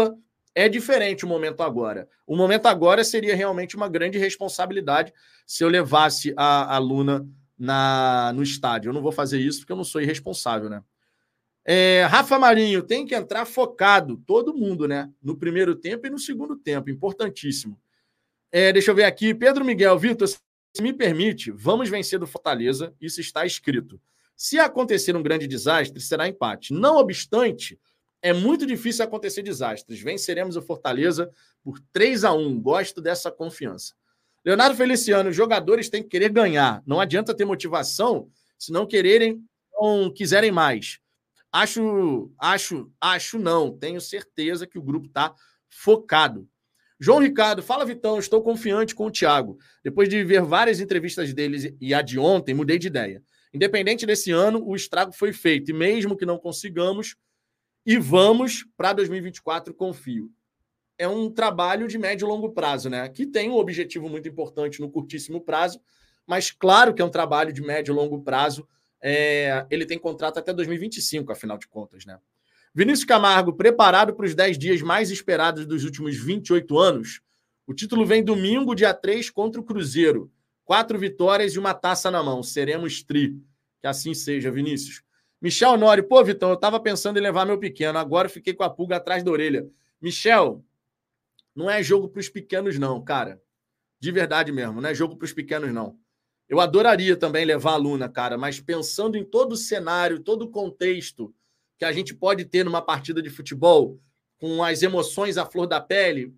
é diferente o momento agora. O momento agora seria realmente uma grande responsabilidade se eu levasse a Luna no estádio. Eu não vou fazer isso porque eu não sou irresponsável, né? Rafa Marinho, tem que entrar focado, todo mundo, né? No primeiro tempo e no segundo tempo, importantíssimo. Deixa eu ver aqui, Pedro Miguel, Vitor, se me permite, vamos vencer do Fortaleza, isso está escrito. Se acontecer um grande desastre, será empate. Não obstante, é muito difícil acontecer desastres. Venceremos o Fortaleza por 3-1. Gosto dessa confiança. Leonardo Feliciano, os jogadores têm que querer ganhar. Não adianta ter motivação se não quiserem mais. Acho não. Tenho certeza que o grupo está focado. João Ricardo, fala Vitão, estou confiante com o Thiago. Depois de ver várias entrevistas deles e a de ontem, mudei de ideia. Independente desse ano, o estrago foi feito. E mesmo que não consigamos, e vamos para 2024, confio. É um trabalho de médio e longo prazo, né? Que tem um objetivo muito importante no curtíssimo prazo, mas claro que é um trabalho de médio e longo prazo. Ele tem contrato até 2025, afinal de contas, né? Vinícius Camargo, preparado para os 10 dias mais esperados dos últimos 28 anos? O título vem domingo, dia 3, contra o Cruzeiro. 4 vitórias e uma taça na mão. Seremos tri. Que assim seja, Vinícius. Michel Nori, pô, Vitão, eu estava pensando em levar meu pequeno, agora fiquei com a pulga atrás da orelha. Michel, não é jogo para os pequenos, não, cara. De verdade mesmo, não é jogo para os pequenos, não. Eu adoraria também levar a Luna, cara, mas pensando em todo o cenário, todo o contexto que a gente pode ter numa partida de futebol, com as emoções à flor da pele,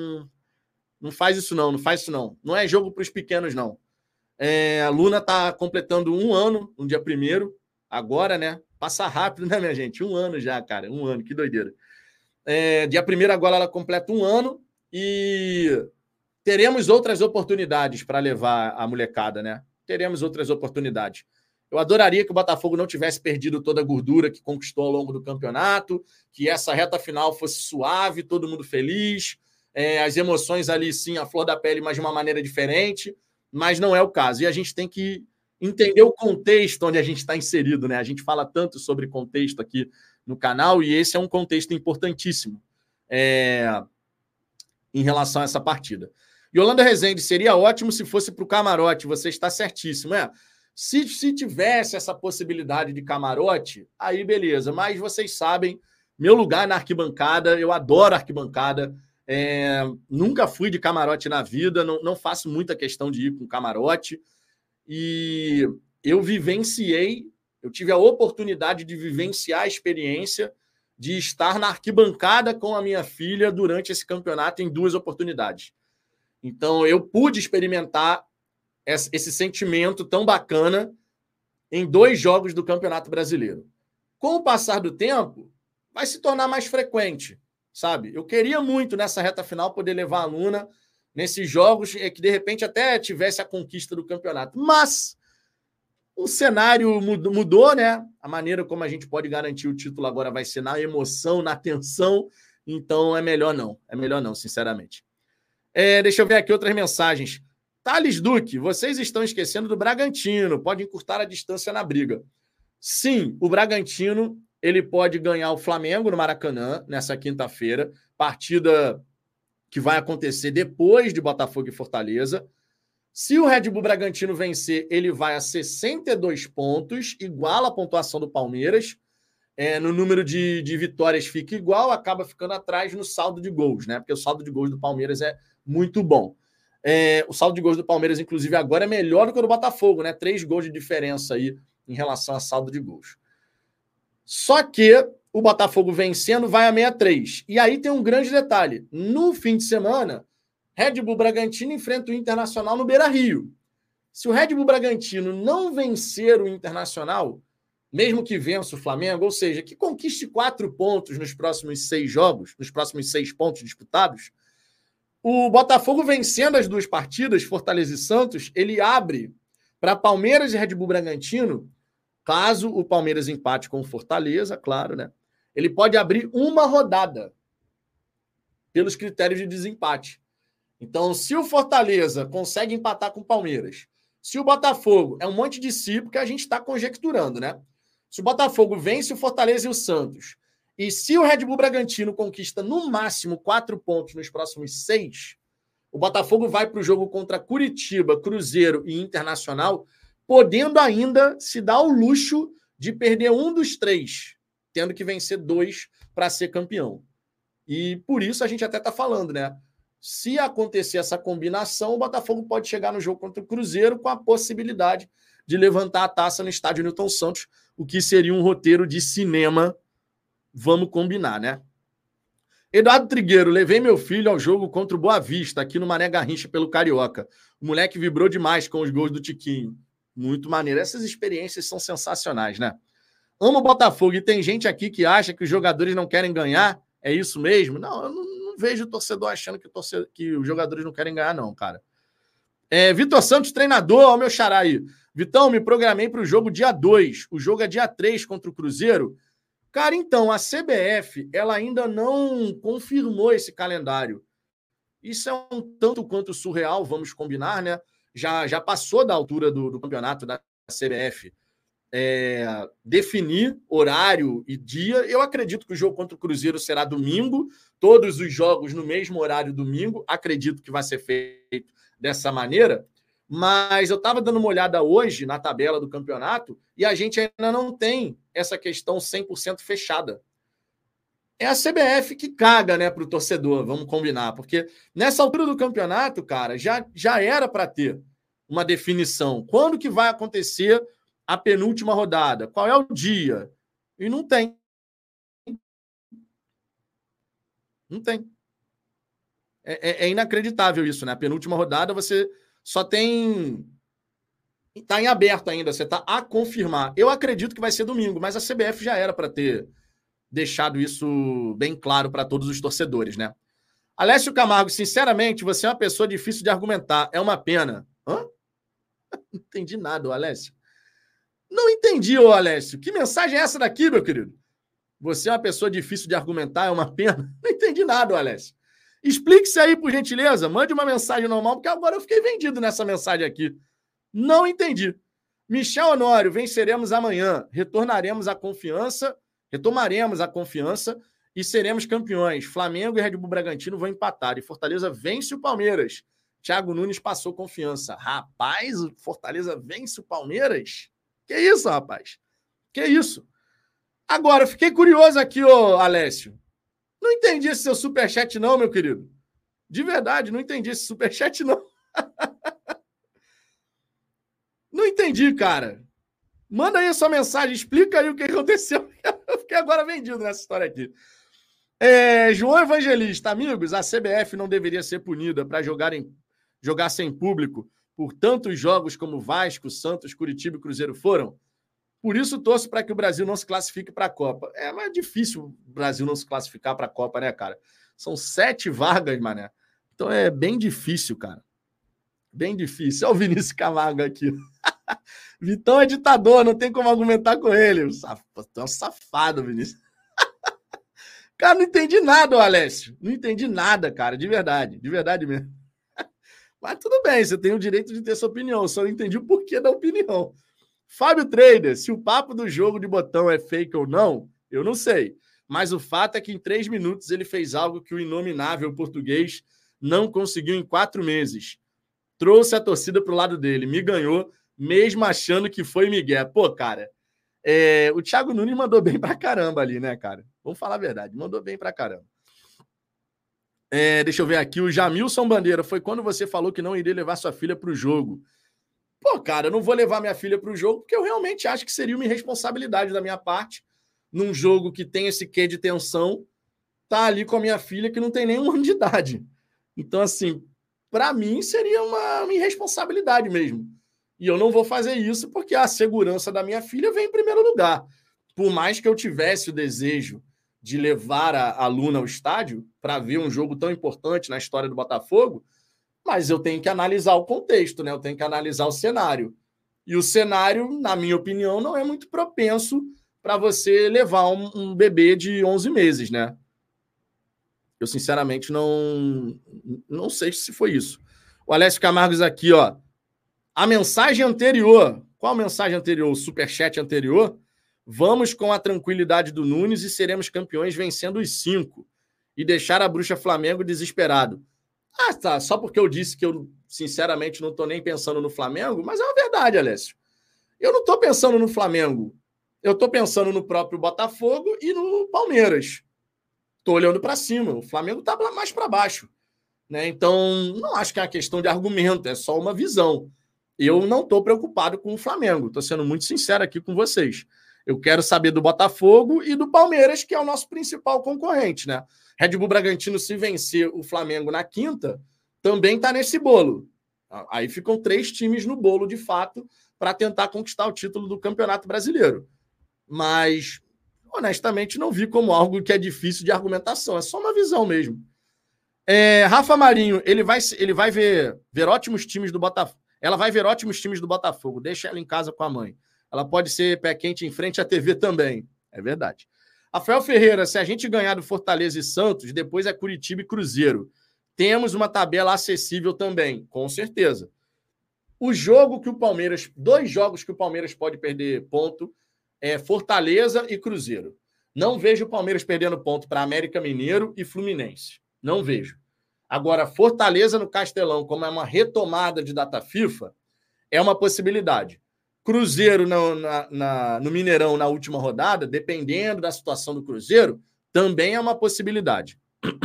não faz isso não, não faz isso não. Não é jogo para os pequenos, não. A Luna está completando 1 ano, no dia 1º, agora, né? Passa rápido, né, minha gente? 1 ano já, cara. 1 ano, que doideira. Dia 1º agora ela completa 1 ano e teremos outras oportunidades para levar a molecada, né? Teremos outras oportunidades. Eu adoraria que o Botafogo não tivesse perdido toda a gordura que conquistou ao longo do campeonato, que essa reta final fosse suave, todo mundo feliz, as emoções ali, sim, a flor da pele, mas de uma maneira diferente, mas não é o caso. E a gente tem que entender o contexto onde a gente está inserido, né? A gente fala tanto sobre contexto aqui no canal e esse é um contexto importantíssimo em relação a essa partida. Yolanda Rezende, seria ótimo se fosse para o camarote, você está certíssimo, Se tivesse essa possibilidade de camarote, aí beleza, mas vocês sabem, meu lugar na arquibancada, eu adoro arquibancada, nunca fui de camarote na vida, não faço muita questão de ir com camarote, e eu tive a oportunidade de vivenciar a experiência de estar na arquibancada com a minha filha durante esse campeonato em 2 oportunidades. Então, eu pude experimentar esse sentimento tão bacana em 2 jogos do Campeonato Brasileiro. Com o passar do tempo, vai se tornar mais frequente, sabe? Eu queria muito, nessa reta final, poder levar a Luna nesses jogos que, de repente, até tivesse a conquista do campeonato. Mas o cenário mudou, né? A maneira como a gente pode garantir o título agora vai ser na emoção, na tensão. Então, é melhor não, sinceramente. Deixa eu ver aqui outras mensagens. Thales Duque, vocês estão esquecendo do Bragantino, pode encurtar a distância na briga. Sim, o Bragantino ele pode ganhar o Flamengo no Maracanã nessa quinta-feira, partida que vai acontecer depois de Botafogo e Fortaleza. Se o Red Bull Bragantino vencer, ele vai a 62 pontos, iguala a pontuação do Palmeiras. No número de vitórias fica igual, acaba ficando atrás no saldo de gols, né? Porque o saldo de gols do Palmeiras é muito bom. O saldo de gols do Palmeiras, inclusive, agora é melhor do que o do Botafogo, né? 3 gols de diferença aí em relação a saldo de gols. Só que o Botafogo vencendo vai a 63. E aí tem um grande detalhe. No fim de semana, Red Bull Bragantino enfrenta o Internacional no Beira-Rio. Se o Red Bull Bragantino não vencer o Internacional, mesmo que vença o Flamengo, ou seja, que conquiste 4 pontos nos próximos 6 jogos, nos próximos 6 pontos disputados, o Botafogo vencendo as 2 partidas, Fortaleza e Santos, ele abre para Palmeiras e Red Bull Bragantino, caso o Palmeiras empate com o Fortaleza, claro, né? Ele pode abrir uma rodada pelos critérios de desempate. Então, se o Fortaleza consegue empatar com o Palmeiras, se o Botafogo, é um monte de si, porque a gente está conjecturando, né? Se o Botafogo vence o Fortaleza e o Santos E se o Red Bull Bragantino conquista no máximo 4 pontos nos próximos 6, o Botafogo vai para o jogo contra Curitiba, Cruzeiro e Internacional, podendo ainda se dar o luxo de perder um dos 3, tendo que vencer 2 para ser campeão. E por isso a gente até está falando, né? Se acontecer essa combinação, o Botafogo pode chegar no jogo contra o Cruzeiro com a possibilidade de levantar a taça no estádio Newton Santos, o que seria um roteiro de cinema. Vamos combinar, né? Eduardo Trigueiro, levei meu filho ao jogo contra o Boa Vista, aqui no Mané Garrincha, pelo Carioca. O moleque vibrou demais com os gols do Tiquinho. Muito maneiro. Essas experiências são sensacionais, né? Amo o Botafogo e tem gente aqui que acha que os jogadores não querem ganhar. É isso mesmo? Não, eu não vejo o torcedor achando que os jogadores não querem ganhar, não, cara. Vitor Santos, treinador, ó, meu xará aí. Vitão, me programei para o jogo dia 2. O jogo é dia 3 contra o Cruzeiro. Cara, então, a CBF, ela ainda não confirmou esse calendário. Isso é um tanto quanto surreal, vamos combinar, né? Já passou da altura do campeonato da CBF definir horário e dia. Eu acredito que o jogo contra o Cruzeiro será domingo, todos os jogos no mesmo horário domingo. Acredito que vai ser feito dessa maneira. Mas eu estava dando uma olhada hoje na tabela do campeonato e a gente ainda não tem essa questão 100% fechada. É a CBF que caga, né, para o torcedor, vamos combinar. Porque nessa altura do campeonato, cara, já era para ter uma definição. Quando que vai acontecer a penúltima rodada? Qual é o dia? E não tem. Não tem. É inacreditável isso, né? A penúltima rodada você só tem... Está em aberto ainda, você está a confirmar. Eu acredito que vai ser domingo, mas a CBF já era para ter deixado isso bem claro para todos os torcedores, né? Alessio Camargo, sinceramente, você é uma pessoa difícil de argumentar. É uma pena. Hã? Não entendi nada, Alessio. Não entendi, ô Alessio. Que mensagem é essa daqui, meu querido? Você é uma pessoa difícil de argumentar, é uma pena? Não entendi nada, Alessio. Explique-se aí, por gentileza. Mande uma mensagem normal, porque agora eu fiquei vendido nessa mensagem aqui. Não entendi. Michel Honório, venceremos amanhã. Retomaremos a confiança e seremos campeões. Flamengo e Red Bull Bragantino vão empatar. E Fortaleza vence o Palmeiras. Thiago Nunes passou confiança. Rapaz, o Fortaleza vence o Palmeiras? Que isso, rapaz? Que isso? Agora, eu fiquei curioso aqui, ô Alessio. Não entendi esse seu superchat não, meu querido. De verdade, não entendi esse superchat não. Não entendi, cara. Manda aí a sua mensagem, explica aí o que aconteceu. Eu fiquei agora vendido nessa história aqui. João Evangelista, amigos, a CBF não deveria ser punida para jogar sem público por tantos jogos como Vasco, Santos, Curitiba e Cruzeiro foram. Por isso, torço para que o Brasil não se classifique para a Copa. Mas é difícil o Brasil não se classificar para a Copa, né, cara? São 7 vagas, mané. Então é bem difícil, cara. Bem difícil. Olha o Vinícius Camargo aqui. Vitão é ditador, não tem como argumentar com ele. Tu é um safado, Vinícius. Cara, não entendi nada, Alessio. Não entendi nada, cara, de verdade mesmo. Mas tudo bem, você tem o direito de ter sua opinião, eu só não entendi o porquê da opinião. Fábio Trader, se o papo do jogo de botão é fake ou não, eu não sei. Mas o fato é que em 3 minutos ele fez algo que o inominável português não conseguiu em 4 meses. Trouxe a torcida pro lado dele, me ganhou, mesmo achando que foi Miguel. Pô, cara, o Thiago Nunes mandou bem pra caramba ali, né, cara? Vamos falar a verdade, mandou bem pra caramba. Deixa eu ver aqui, o Jamilson Bandeira, foi quando você falou que não iria levar sua filha pro jogo. Pô, cara, eu não vou levar minha filha pro jogo porque eu realmente acho que seria uma irresponsabilidade da minha parte, num jogo que tem esse quê de tensão, tá ali com a minha filha que não tem nem 1 ano de idade. Então, assim, para mim seria uma irresponsabilidade mesmo. E eu não vou fazer isso porque a segurança da minha filha vem em primeiro lugar. Por mais que eu tivesse o desejo de levar a Luna ao estádio para ver um jogo tão importante na história do Botafogo, mas eu tenho que analisar o contexto, né? Eu tenho que analisar o cenário. E o cenário, na minha opinião, não é muito propenso para você levar um bebê de 11 meses, né? Eu, sinceramente, não sei se foi isso. O Alessio Camargos aqui, ó. A mensagem anterior. Qual a mensagem anterior? O superchat anterior? Vamos com a tranquilidade do Nunes e seremos campeões vencendo os 5. E deixar a bruxa Flamengo desesperado. Ah, tá. Só porque eu disse que eu, sinceramente, não estou nem pensando no Flamengo, mas é uma verdade, Alessio. Eu não estou pensando no Flamengo. Eu estou pensando no próprio Botafogo e no Palmeiras. Estou olhando para cima. O Flamengo está mais para baixo. Né? Então, não acho que é uma questão de argumento, é só uma visão. Eu não estou preocupado com o Flamengo. Estou sendo muito sincero aqui com vocês. Eu quero saber do Botafogo e do Palmeiras, que é o nosso principal concorrente, né? Red Bull Bragantino, se vencer o Flamengo na quinta, também está nesse bolo. Aí ficam 3 times no bolo, de fato, para tentar conquistar o título do Campeonato Brasileiro. Mas, honestamente, não vi como algo que é difícil de argumentação. É só uma visão mesmo. Rafa Marinho, ele vai ver ótimos times do Botafogo. Ela vai ver ótimos times do Botafogo. Deixa ela em casa com a mãe. Ela pode ser pé quente em frente à TV também. É verdade. Rafael Ferreira, se a gente ganhar do Fortaleza e Santos, depois é Curitiba e Cruzeiro. Temos uma tabela acessível também, com certeza. Dois jogos que o Palmeiras pode perder ponto é Fortaleza e Cruzeiro. Não vejo o Palmeiras perdendo ponto para América Mineiro e Fluminense. Não vejo. Agora, Fortaleza no Castelão, como é uma retomada de data FIFA, é uma possibilidade. Cruzeiro no Mineirão na última rodada, dependendo da situação do Cruzeiro, também é uma possibilidade.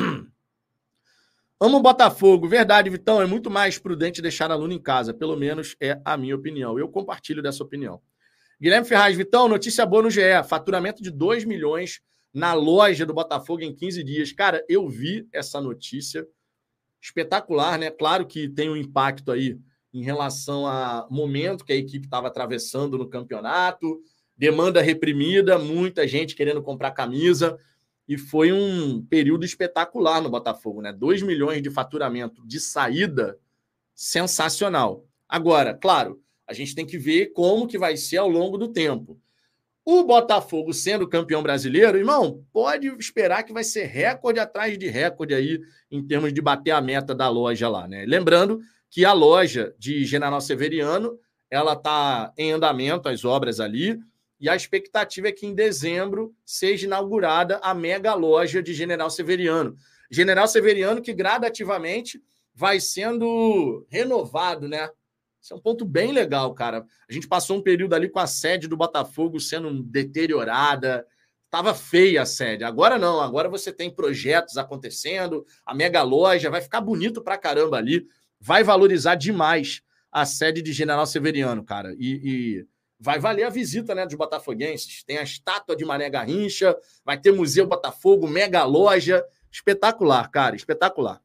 Amo o Botafogo. Verdade, Vitão. É muito mais prudente deixar aluno em casa. Pelo menos é a minha opinião. Eu compartilho dessa opinião. Guilherme Ferraz, Vitão, notícia boa no GE. Faturamento de 2 milhões na loja do Botafogo em 15 dias. Cara, eu vi essa notícia. Espetacular, né? Claro que tem um impacto aí em relação ao momento que a equipe estava atravessando no campeonato, demanda reprimida, muita gente querendo comprar camisa, e foi um período espetacular no Botafogo, né? 2 milhões de faturamento de saída, sensacional. Agora, claro, a gente tem que ver como que vai ser ao longo do tempo. O Botafogo sendo campeão brasileiro, irmão, pode esperar que vai ser recorde atrás de recorde aí em termos de bater a meta da loja lá, né? Lembrando que a loja de General Severiano, ela está em andamento, as obras ali, e a expectativa é que em dezembro seja inaugurada a mega loja de General Severiano. General Severiano que gradativamente vai sendo renovado, né? Isso é um ponto bem legal, cara. A gente passou um período ali com a sede do Botafogo sendo deteriorada, estava feia a sede. Agora não, agora você tem projetos acontecendo, a mega loja vai ficar bonito pra caramba ali. Vai valorizar demais a sede de General Severiano, cara. E vai valer a visita, né, dos botafoguenses. Tem a estátua de Mané Garrincha, vai ter Museu Botafogo, mega loja. Espetacular, cara, espetacular.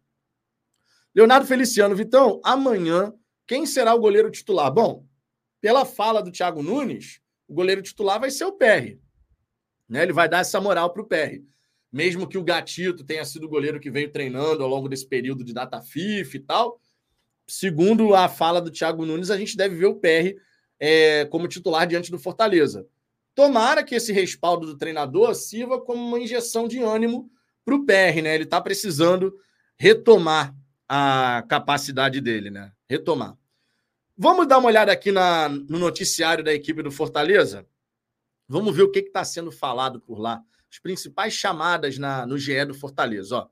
Leonardo Feliciano, Vitão, amanhã, quem será o goleiro titular? Bom, pela fala do Thiago Nunes, o goleiro titular vai ser o Perry. Né? Ele vai dar essa moral para o Perry. Mesmo que o Gatito tenha sido o goleiro que veio treinando ao longo desse período de data FIFA e tal, segundo a fala do Thiago Nunes, a gente deve ver o Perry como titular diante do Fortaleza. Tomara que esse respaldo do treinador sirva como uma injeção de ânimo para o Perry, né? Ele está precisando retomar a capacidade dele, né? Retomar. Vamos dar uma olhada aqui no noticiário da equipe do Fortaleza? Vamos ver o que está sendo falado por lá. As principais chamadas no GE do Fortaleza, ó.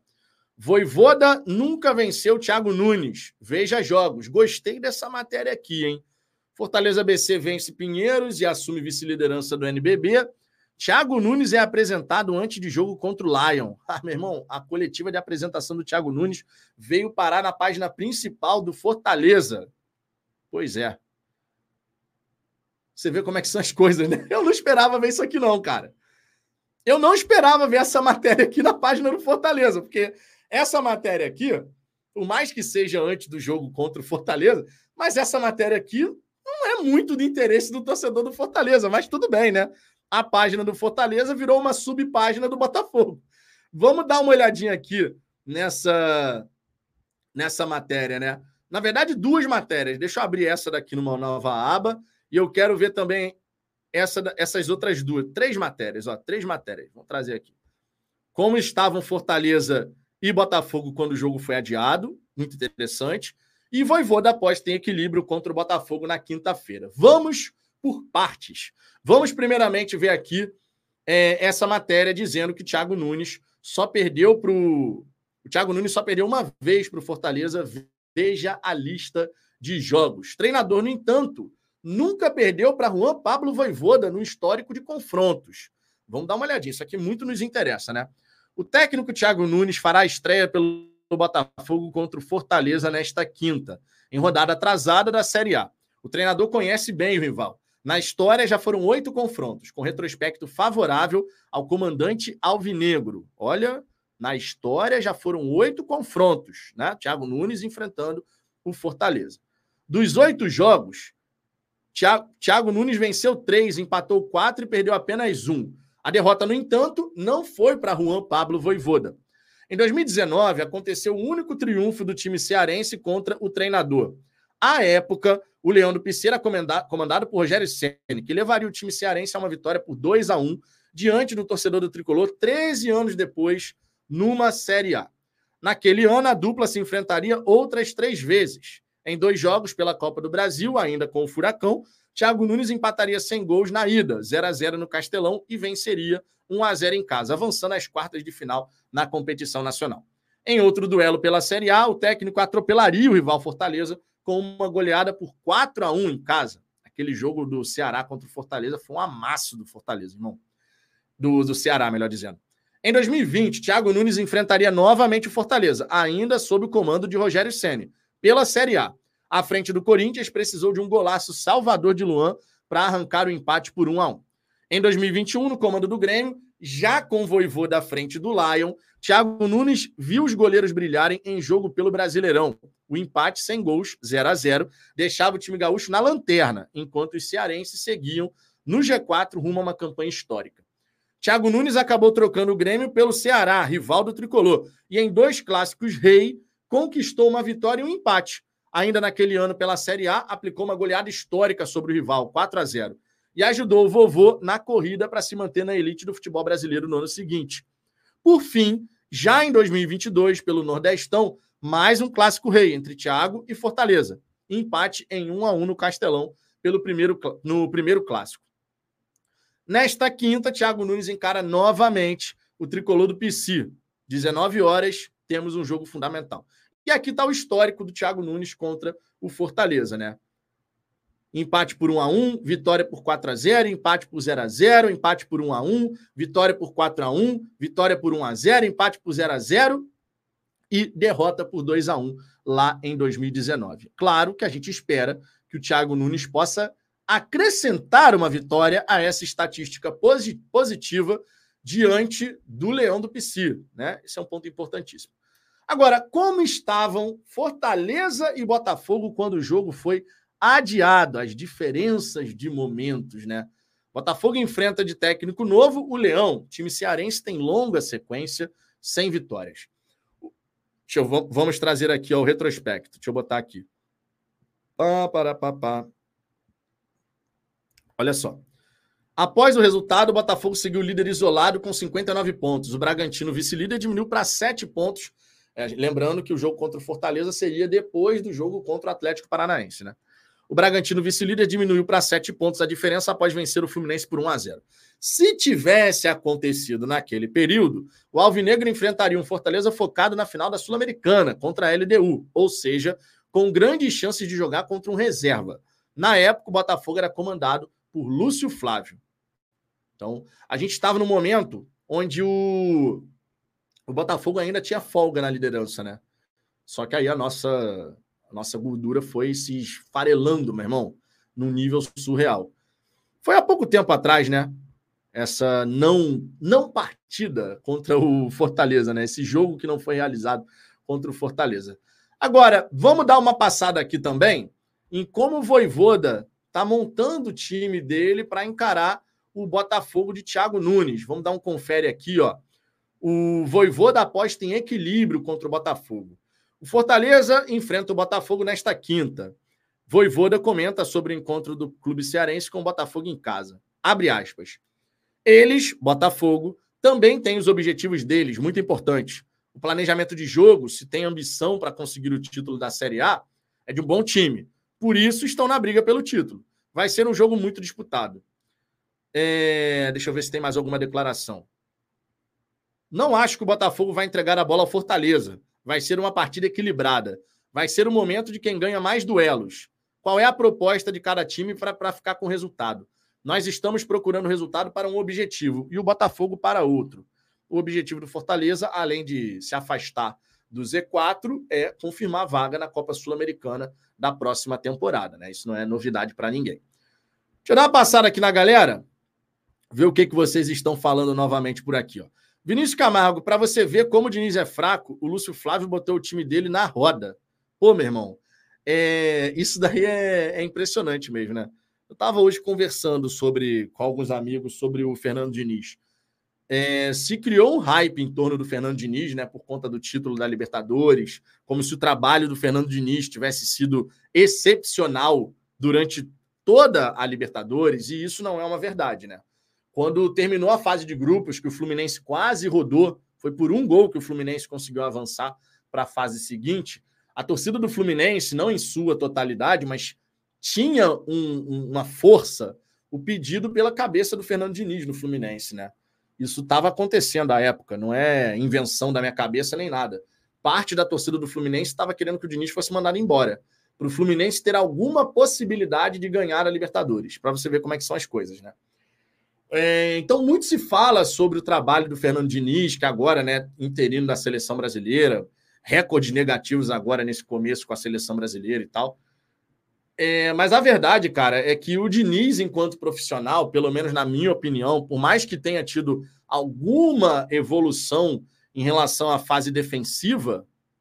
Vojvoda nunca venceu o Thiago Nunes. Veja jogos. Gostei dessa matéria aqui, hein? Fortaleza BC vence Pinheiros e assume vice-liderança do NBB. Thiago Nunes é apresentado antes de jogo contra o Lion. Ah, meu irmão, a coletiva de apresentação do Thiago Nunes veio parar na página principal do Fortaleza. Pois é. Você vê como é que são as coisas, né? Eu não esperava ver isso aqui não, cara. Eu não esperava ver essa matéria aqui na página do Fortaleza, porque essa matéria aqui, por mais que seja antes do jogo contra o Fortaleza, mas essa matéria aqui não é muito do interesse do torcedor do Fortaleza, mas tudo bem, né? A página do Fortaleza virou uma subpágina do Botafogo. Vamos dar uma olhadinha aqui nessa matéria, né? Na verdade, 2 matérias. Deixa eu abrir essa daqui numa nova aba e eu quero ver também essas outras 2. 3 matérias, ó. 3 matérias. Vamos trazer aqui. Como estavam Fortaleza e Botafogo quando o jogo foi adiado. Muito interessante. E Vojvoda após tem equilíbrio contra o Botafogo na quinta-feira. Vamos por partes. Vamos primeiramente ver aqui essa matéria dizendo que o Thiago Nunes só perdeu uma vez para o Fortaleza. Veja a lista de jogos. Treinador, no entanto, nunca perdeu para Juan Pablo Vojvoda no histórico de confrontos. Vamos dar uma olhadinha, isso aqui muito nos interessa, né? O técnico Thiago Nunes fará a estreia pelo Botafogo contra o Fortaleza nesta quinta, em rodada atrasada da Série A. O treinador conhece bem o rival. Na história já foram 8 confrontos, com retrospecto favorável ao comandante alvinegro. Olha, na história já foram 8 confrontos, né? Thiago Nunes enfrentando o Fortaleza. Dos 8 jogos, Thiago Nunes venceu 3, empatou 4 e perdeu apenas 1. A derrota, no entanto, não foi para Juan Pablo Vojvoda. Em 2019, aconteceu o único triunfo do time cearense contra o treinador. À época, o Leão do Pici era comandado por Rogério Ceni, que levaria o time cearense a uma vitória por 2-1 diante do torcedor do Tricolor 13 anos depois, numa Série A. Naquele ano, a dupla se enfrentaria outras 3 vezes. Em 2 jogos pela Copa do Brasil, ainda com o Furacão, Thiago Nunes empataria sem gols na ida, 0-0 no Castelão, e venceria 1-0 em casa, avançando às quartas de final na competição nacional. Em outro duelo pela Série A, o técnico atropelaria o rival Fortaleza com uma goleada por 4-1 em casa. Aquele jogo do Ceará contra o Fortaleza foi um amasso do Fortaleza, irmão. Do Ceará, melhor dizendo. Em 2020, Thiago Nunes enfrentaria novamente o Fortaleza, ainda sob o comando de Rogério Ceni, pela Série A. À frente do Corinthians, precisou de um golaço salvador de Luan para arrancar o empate por 1-1. Em 2021, no comando do Grêmio, já com o Vojvoda à frente do Lion, Thiago Nunes viu os goleiros brilharem em jogo pelo Brasileirão. O empate sem gols, 0-0, deixava o time gaúcho na lanterna, enquanto os cearenses seguiam no G4 rumo a uma campanha histórica. Thiago Nunes acabou trocando o Grêmio pelo Ceará, rival do Tricolor, e em 2 clássicos rei, conquistou uma vitória e um empate. Ainda naquele ano, pela Série A, aplicou uma goleada histórica sobre o rival, 4-0, e ajudou o vovô na corrida para se manter na elite do futebol brasileiro no ano seguinte. Por fim, já em 2022, pelo Nordestão, mais um clássico rei entre Thiago e Fortaleza. Empate em 1-1 no Castelão no primeiro clássico. Nesta quinta, Thiago Nunes encara novamente o tricolor do Pici. 19 horas, temos um jogo fundamental. E aqui está o histórico do Thiago Nunes contra o Fortaleza, né? Empate por 1-1, vitória por 4-0, empate por 0-0, empate por 1-1, vitória por 4-1, vitória por 1-0, empate por 0-0 e derrota por 2-1 lá em 2019. Claro que a gente espera que o Thiago Nunes possa acrescentar uma vitória a essa estatística positiva diante do Leão do Pici, né? Esse é um ponto importantíssimo. Agora, como estavam Fortaleza e Botafogo quando o jogo foi adiado? As diferenças de momentos, né? Botafogo enfrenta de técnico novo o Leão. O time cearense tem longa sequência sem vitórias. Vamos trazer aqui o retrospecto. Deixa eu botar aqui. Olha só. Após o resultado, o Botafogo seguiu líder isolado com 59 pontos. O Bragantino, vice-líder, diminuiu para 7 pontos. Lembrando que o jogo contra o Fortaleza seria depois do jogo contra o Atlético Paranaense, né? O Bragantino, vice-líder, diminuiu para 7 pontos a diferença após vencer o Fluminense por 1-0. Se tivesse acontecido naquele período, o Alvinegro enfrentaria um Fortaleza focado na final da Sul-Americana contra a LDU, ou seja, com grandes chances de jogar contra um reserva. Na época, o Botafogo era comandado por Lúcio Flávio. Então, a gente estava num momento onde o Botafogo ainda tinha folga na liderança, né? Só que aí a nossa gordura foi se esfarelando, meu irmão, num nível surreal. Foi há pouco tempo atrás, né? Essa não partida contra o Fortaleza, né? Esse jogo que não foi realizado contra o Fortaleza. Agora, vamos dar uma passada aqui também em como o Vojvoda está montando o time dele para encarar o Botafogo de Thiago Nunes. Vamos dar um confere aqui, ó. O Vojvoda aposta em equilíbrio contra o Botafogo. O Fortaleza enfrenta o Botafogo nesta quinta. Vojvoda comenta sobre o encontro do clube cearense com o Botafogo em casa. Abre aspas. Eles, Botafogo, também têm os objetivos deles, muito importantes. O planejamento de jogo, se tem ambição para conseguir o título da Série A, é de um bom time. Por isso estão na briga pelo título. Vai ser um jogo muito disputado. Deixa eu ver se tem mais alguma declaração. Não acho que o Botafogo vai entregar a bola ao Fortaleza. Vai ser uma partida equilibrada. Vai ser o momento de quem ganha mais duelos. Qual é a proposta de cada time para ficar com o resultado? Nós estamos procurando resultado para um objetivo e o Botafogo para outro. O objetivo do Fortaleza, além de se afastar do Z4, é confirmar a vaga na Copa Sul-Americana da próxima temporada, né? Isso não é novidade para ninguém. Deixa eu dar uma passada aqui na galera, ver o que vocês estão falando novamente por aqui, ó. Vinícius Camargo, para você ver como o Diniz é fraco, o Lúcio Flávio botou o time dele na roda. Pô, meu irmão, isso daí é impressionante mesmo, né? Eu estava hoje conversando com alguns amigos sobre o Fernando Diniz. Se criou um hype em torno do Fernando Diniz, né, por conta do título da Libertadores, como se o trabalho do Fernando Diniz tivesse sido excepcional durante toda a Libertadores, e isso não é uma verdade, né? Quando terminou a fase de grupos, que o Fluminense quase rodou, foi por um gol que o Fluminense conseguiu avançar para a fase seguinte, a torcida do Fluminense, não em sua totalidade, mas tinha uma força, o pedido pela cabeça do Fernando Diniz no Fluminense, né? Isso estava acontecendo à época, não é invenção da minha cabeça nem nada. Parte da torcida do Fluminense estava querendo que o Diniz fosse mandado embora, para o Fluminense ter alguma possibilidade de ganhar a Libertadores, para você ver como é que são as coisas, né? Então, muito se fala sobre o trabalho do Fernando Diniz, que agora, né, interino da seleção brasileira, recordes negativos agora nesse começo com a seleção brasileira e tal. Mas a verdade, cara, é que o Diniz, enquanto profissional, pelo menos na minha opinião, por mais que tenha tido alguma evolução em relação à fase defensiva,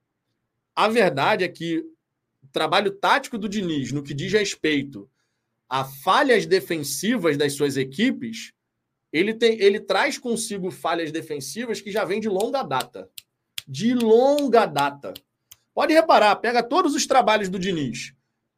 a verdade é que o trabalho tático do Diniz, no que diz respeito a falhas defensivas das suas equipes, ele traz consigo falhas defensivas que já vêm de longa data. De longa data. Pode reparar, pega todos os trabalhos do Diniz.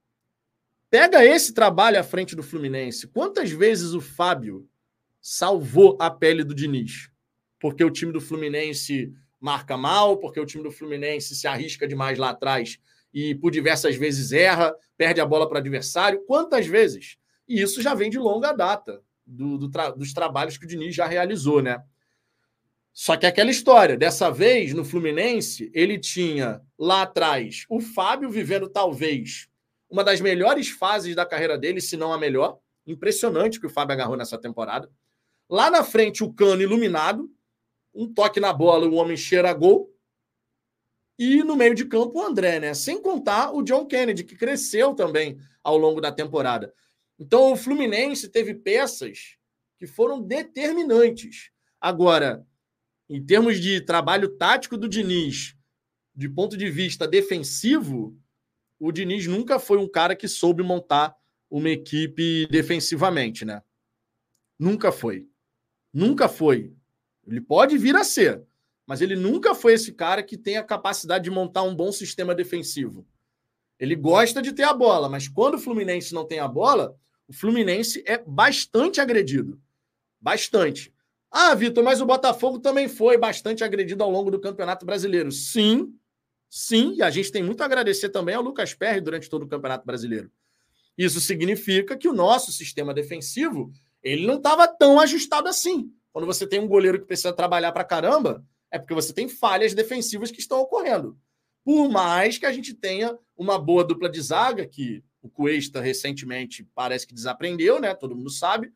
Pega esse trabalho à frente do Fluminense. Quantas vezes o Fábio salvou a pele do Diniz? Porque o time do Fluminense marca mal, porque o time do Fluminense se arrisca demais lá atrás e por diversas vezes erra, perde a bola para o adversário. Quantas vezes? E isso já vem de longa data dos trabalhos que o Diniz já realizou, né? Só que aquela história, dessa vez, no Fluminense, ele tinha lá atrás o Fábio vivendo talvez uma das melhores fases da carreira dele, se não a melhor. Impressionante o que o Fábio agarrou nessa temporada. Lá na frente, o Cano iluminado, um toque na bola, o homem cheira a gol. E no meio de campo, o André, né? Sem contar o John Kennedy, que cresceu também ao longo da temporada. Então, o Fluminense teve peças que foram determinantes. Agora, em termos de trabalho tático do Diniz, de ponto de vista defensivo, o Diniz nunca foi um cara que soube montar uma equipe defensivamente, né? Nunca foi. Nunca foi. Ele pode vir a ser, mas ele nunca foi esse cara que tem a capacidade de montar um bom sistema defensivo. Ele gosta de ter a bola, mas quando o Fluminense não tem a bola, o Fluminense é bastante agredido. Bastante. Ah, Vitor, mas o Botafogo também foi bastante agredido ao longo do Campeonato Brasileiro. Sim, sim, e a gente tem muito a agradecer também ao Lucas Perry durante todo o Campeonato Brasileiro. Isso significa que o nosso sistema defensivo ele não estava tão ajustado assim. Quando você tem um goleiro que precisa trabalhar para caramba, é porque você tem falhas defensivas que estão ocorrendo. Por mais que a gente tenha uma boa dupla de zaga, que o Cuesta recentemente parece que desaprendeu, né? Todo mundo sabe.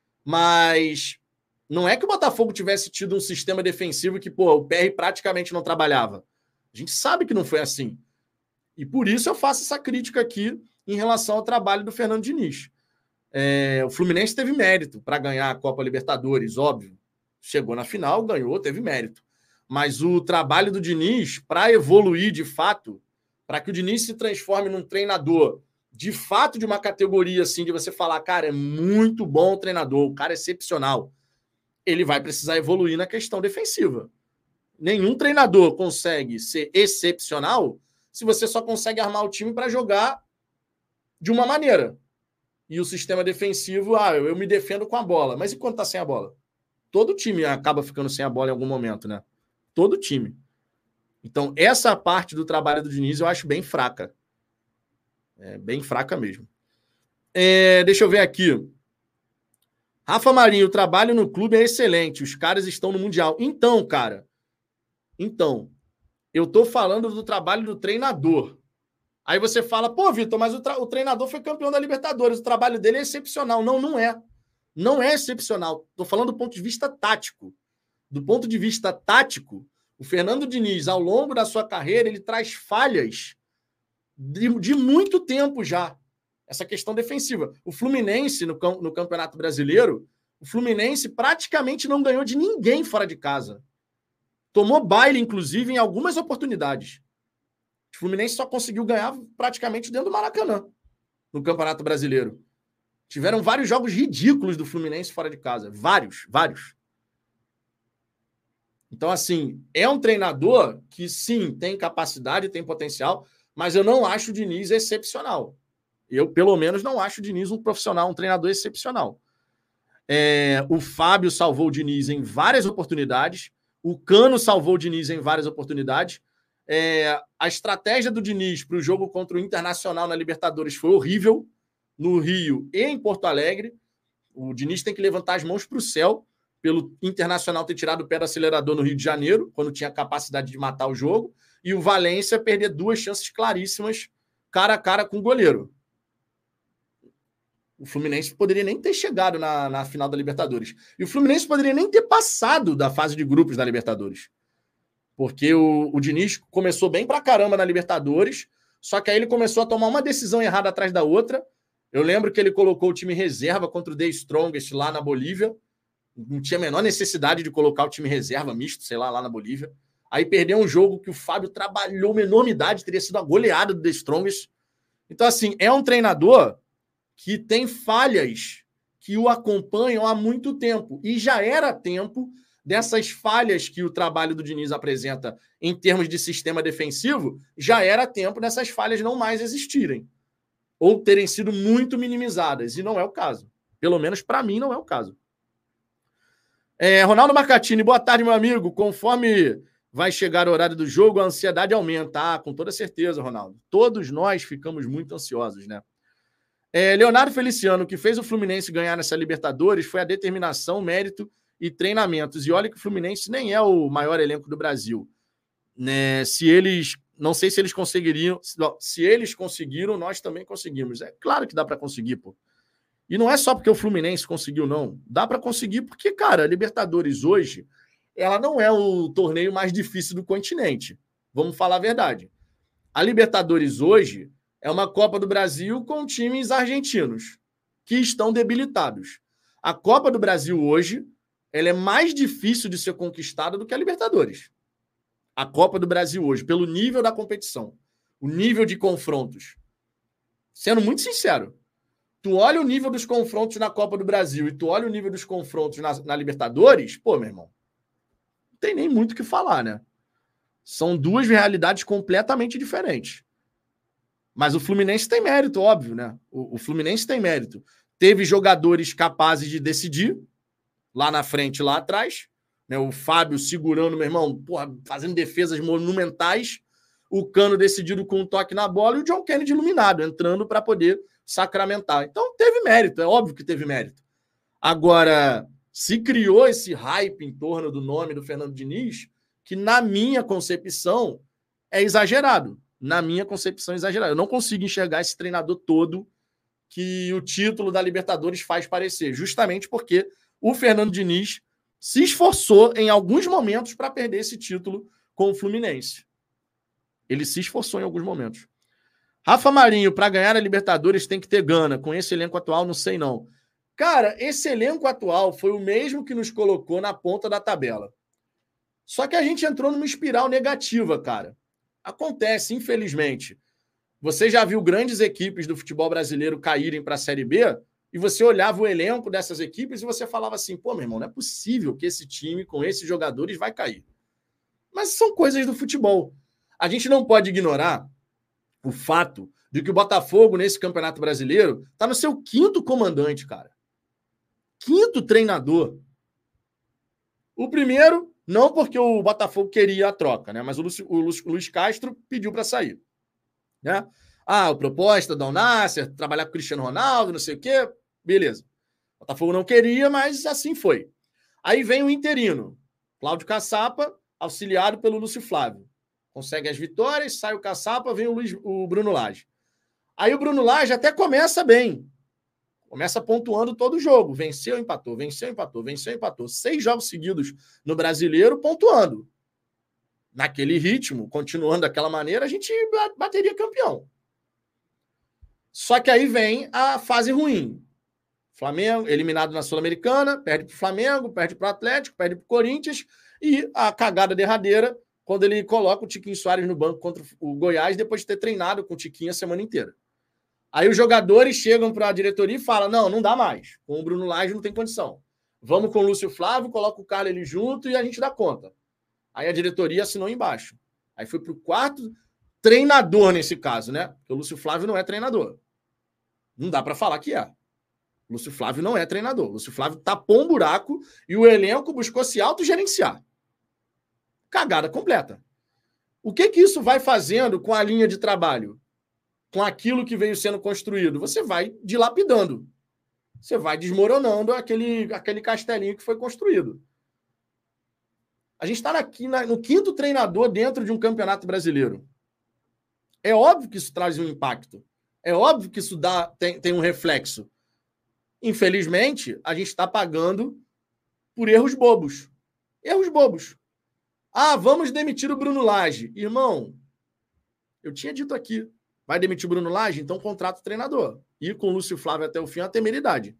Mas não é que o Botafogo tivesse tido um sistema defensivo que, o PR praticamente não trabalhava. A gente sabe que não foi assim. E por isso eu faço essa crítica aqui em relação ao trabalho do Fernando Diniz. O Fluminense teve mérito para ganhar a Copa Libertadores, óbvio. Chegou na final, ganhou, teve mérito. Mas o trabalho do Diniz, para evoluir de fato, para que o Diniz se transforme num treinador de fato de uma categoria assim, de você falar, cara, é muito bom o treinador, o cara é excepcional, ele vai precisar evoluir na questão defensiva. Nenhum treinador consegue ser excepcional se você só consegue armar o time para jogar de uma maneira. E o sistema defensivo, eu me defendo com a bola. Mas e quando tá sem a bola? Todo time acaba ficando sem a bola em algum momento, né? Todo time. Então, essa parte do trabalho do Diniz eu acho bem fraca. Bem fraca mesmo. Deixa eu ver aqui. Rafa Marinho, o trabalho no clube é excelente. Os caras estão no Mundial. Então, cara, eu tô falando do trabalho do treinador. Aí você fala, pô, Vitor, mas o treinador foi campeão da Libertadores. O trabalho dele é excepcional. Não, não é. Não é excepcional. Tô falando do ponto de vista tático. Do ponto de vista tático, o Fernando Diniz, ao longo da sua carreira, ele traz falhas de muito tempo já. Essa questão defensiva. O Fluminense, no Campeonato Brasileiro, o Fluminense praticamente não ganhou de ninguém fora de casa. Tomou baile, inclusive, em algumas oportunidades. O Fluminense só conseguiu ganhar praticamente dentro do Maracanã, no Campeonato Brasileiro. Tiveram vários jogos ridículos do Fluminense fora de casa. Vários. Então, assim, é um treinador que, sim, tem capacidade, tem potencial, mas eu não acho o Diniz excepcional. Eu, pelo menos, não acho o Diniz um profissional, um treinador excepcional. O Fábio salvou o Diniz em várias oportunidades. O Cano salvou o Diniz em várias oportunidades. A estratégia do Diniz para o jogo contra o Internacional na Libertadores foi horrível, no Rio e em Porto Alegre. O Diniz tem que levantar as mãos para o céu pelo Internacional ter tirado o pé do acelerador no Rio de Janeiro, quando tinha capacidade de matar o jogo, e o Valência perder 2 chances claríssimas cara a cara com o goleiro. O Fluminense poderia nem ter chegado na final da Libertadores. E o Fluminense poderia nem ter passado da fase de grupos da Libertadores. Porque o Diniz começou bem pra caramba na Libertadores, só que aí ele começou a tomar uma decisão errada atrás da outra. Eu lembro que ele colocou o time reserva contra o The Strongest lá na Bolívia. Não tinha a menor necessidade de colocar o time reserva misto, sei lá na Bolívia. Aí perdeu um jogo que o Fábio trabalhou uma enormidade, teria sido a goleada do The Strongest. Então, assim, é um treinador que tem falhas que o acompanham há muito tempo. E já era tempo dessas falhas que o trabalho do Diniz apresenta em termos de sistema defensivo, já era tempo dessas falhas não mais existirem. Ou terem sido muito minimizadas. E não é o caso. Pelo menos para mim não é o caso. Ronaldo Marcatini, boa tarde, meu amigo. Conforme vai chegar o horário do jogo, a ansiedade aumenta. Com toda certeza, Ronaldo. Todos nós ficamos muito ansiosos, né? Leonardo Feliciano, o que fez o Fluminense ganhar nessa Libertadores foi a determinação, mérito e treinamentos. E olha que o Fluminense nem é o maior elenco do Brasil. Né? Não sei se eles conseguiriam. Se eles conseguiram, nós também conseguimos. É claro que dá para conseguir, pô. E não é só porque o Fluminense conseguiu, não. Dá para conseguir porque, cara, a Libertadores hoje, ela não é o torneio mais difícil do continente. Vamos falar a verdade. A Libertadores hoje é uma Copa do Brasil com times argentinos que estão debilitados. A Copa do Brasil hoje, ela é mais difícil de ser conquistada do que a Libertadores. A Copa do Brasil hoje, pelo nível da competição, o nível de confrontos. Sendo muito sincero, tu olha o nível dos confrontos na Copa do Brasil e tu olha o nível dos confrontos na Libertadores, pô, meu irmão, não tem nem muito o que falar, né? São duas realidades completamente diferentes. Mas o Fluminense tem mérito, óbvio, né? O Fluminense tem mérito. Teve jogadores capazes de decidir lá na frente, lá atrás. Né? O Fábio segurando, meu irmão, porra, fazendo defesas monumentais. O Cano decidido com um toque na bola e o John Kennedy iluminado, entrando para poder sacramentar. Então teve mérito, é óbvio que teve mérito. Agora, se criou esse hype em torno do nome do Fernando Diniz, que na minha concepção é exagerado. Na minha concepção, exagerado. Eu não consigo enxergar esse treinador todo que o título da Libertadores faz parecer, justamente porque o Fernando Diniz se esforçou em alguns momentos para perder esse título com o Fluminense. Ele se esforçou em alguns momentos. Rafa Marinho, para ganhar a Libertadores tem que ter gana. Com esse elenco atual, não sei não. Cara, esse elenco atual foi o mesmo que nos colocou na ponta da tabela. Só que a gente entrou numa espiral negativa, cara. Acontece, infelizmente. Você já viu grandes equipes do futebol brasileiro caírem para a Série B e você olhava o elenco dessas equipes e você falava assim, pô, meu irmão, não é possível que esse time com esses jogadores vai cair. Mas são coisas do futebol. A gente não pode ignorar o fato de que o Botafogo, nesse Campeonato Brasileiro, está no seu 5º comandante, cara. 5º treinador. O primeiro, não porque o Botafogo queria a troca, né? Mas o Luiz Castro pediu para sair. Né? a proposta do Al Nassr, trabalhar com o Cristiano Ronaldo, não sei o quê. Beleza. O Botafogo não queria, mas assim foi. Aí vem o interino, Cláudio Caçapa, auxiliado pelo Lúcio Flávio. Consegue as vitórias, sai o Caçapa, vem o Bruno Lage. Aí o Bruno Lage até começa bem. Começa pontuando todo o jogo. Venceu, empatou, venceu, empatou, venceu, empatou. 6 jogos seguidos no Brasileiro pontuando. Naquele ritmo, continuando daquela maneira, a gente bateria campeão. Só que aí vem a fase ruim. Flamengo, eliminado na Sul-Americana, perde para o Flamengo, perde para o Atlético, perde para o Corinthians, e a cagada derradeira, quando ele coloca o Tiquinho Soares no banco contra o Goiás, depois de ter treinado com o Tiquinho a semana inteira. Aí os jogadores chegam para a diretoria e falam, não dá mais, com o Bruno Lage não tem condição. Vamos com o Lúcio Flávio, coloca o Carlos ali junto e a gente dá conta. Aí a diretoria assinou embaixo. Aí foi para o quarto treinador nesse caso, né? Porque o Lúcio Flávio não é treinador. Não dá para falar que é. Lúcio Flávio não é treinador. Lúcio Flávio tapou um buraco e o elenco buscou se autogerenciar. Cagada completa. O que isso vai fazendo com a linha de trabalho? Com aquilo que veio sendo construído? Você vai dilapidando. Você vai desmoronando aquele castelinho que foi construído. A gente está aqui no 5º treinador dentro de um campeonato brasileiro. É óbvio que isso traz um impacto. É óbvio que isso tem um reflexo. Infelizmente, a gente está pagando por erros bobos. Erros bobos. Vamos demitir o Bruno Lage. Irmão, eu tinha dito aqui. Vai demitir o Bruno Lage? Então contrata o treinador. Ir com o Lúcio Flávio até o fim é uma temeridade.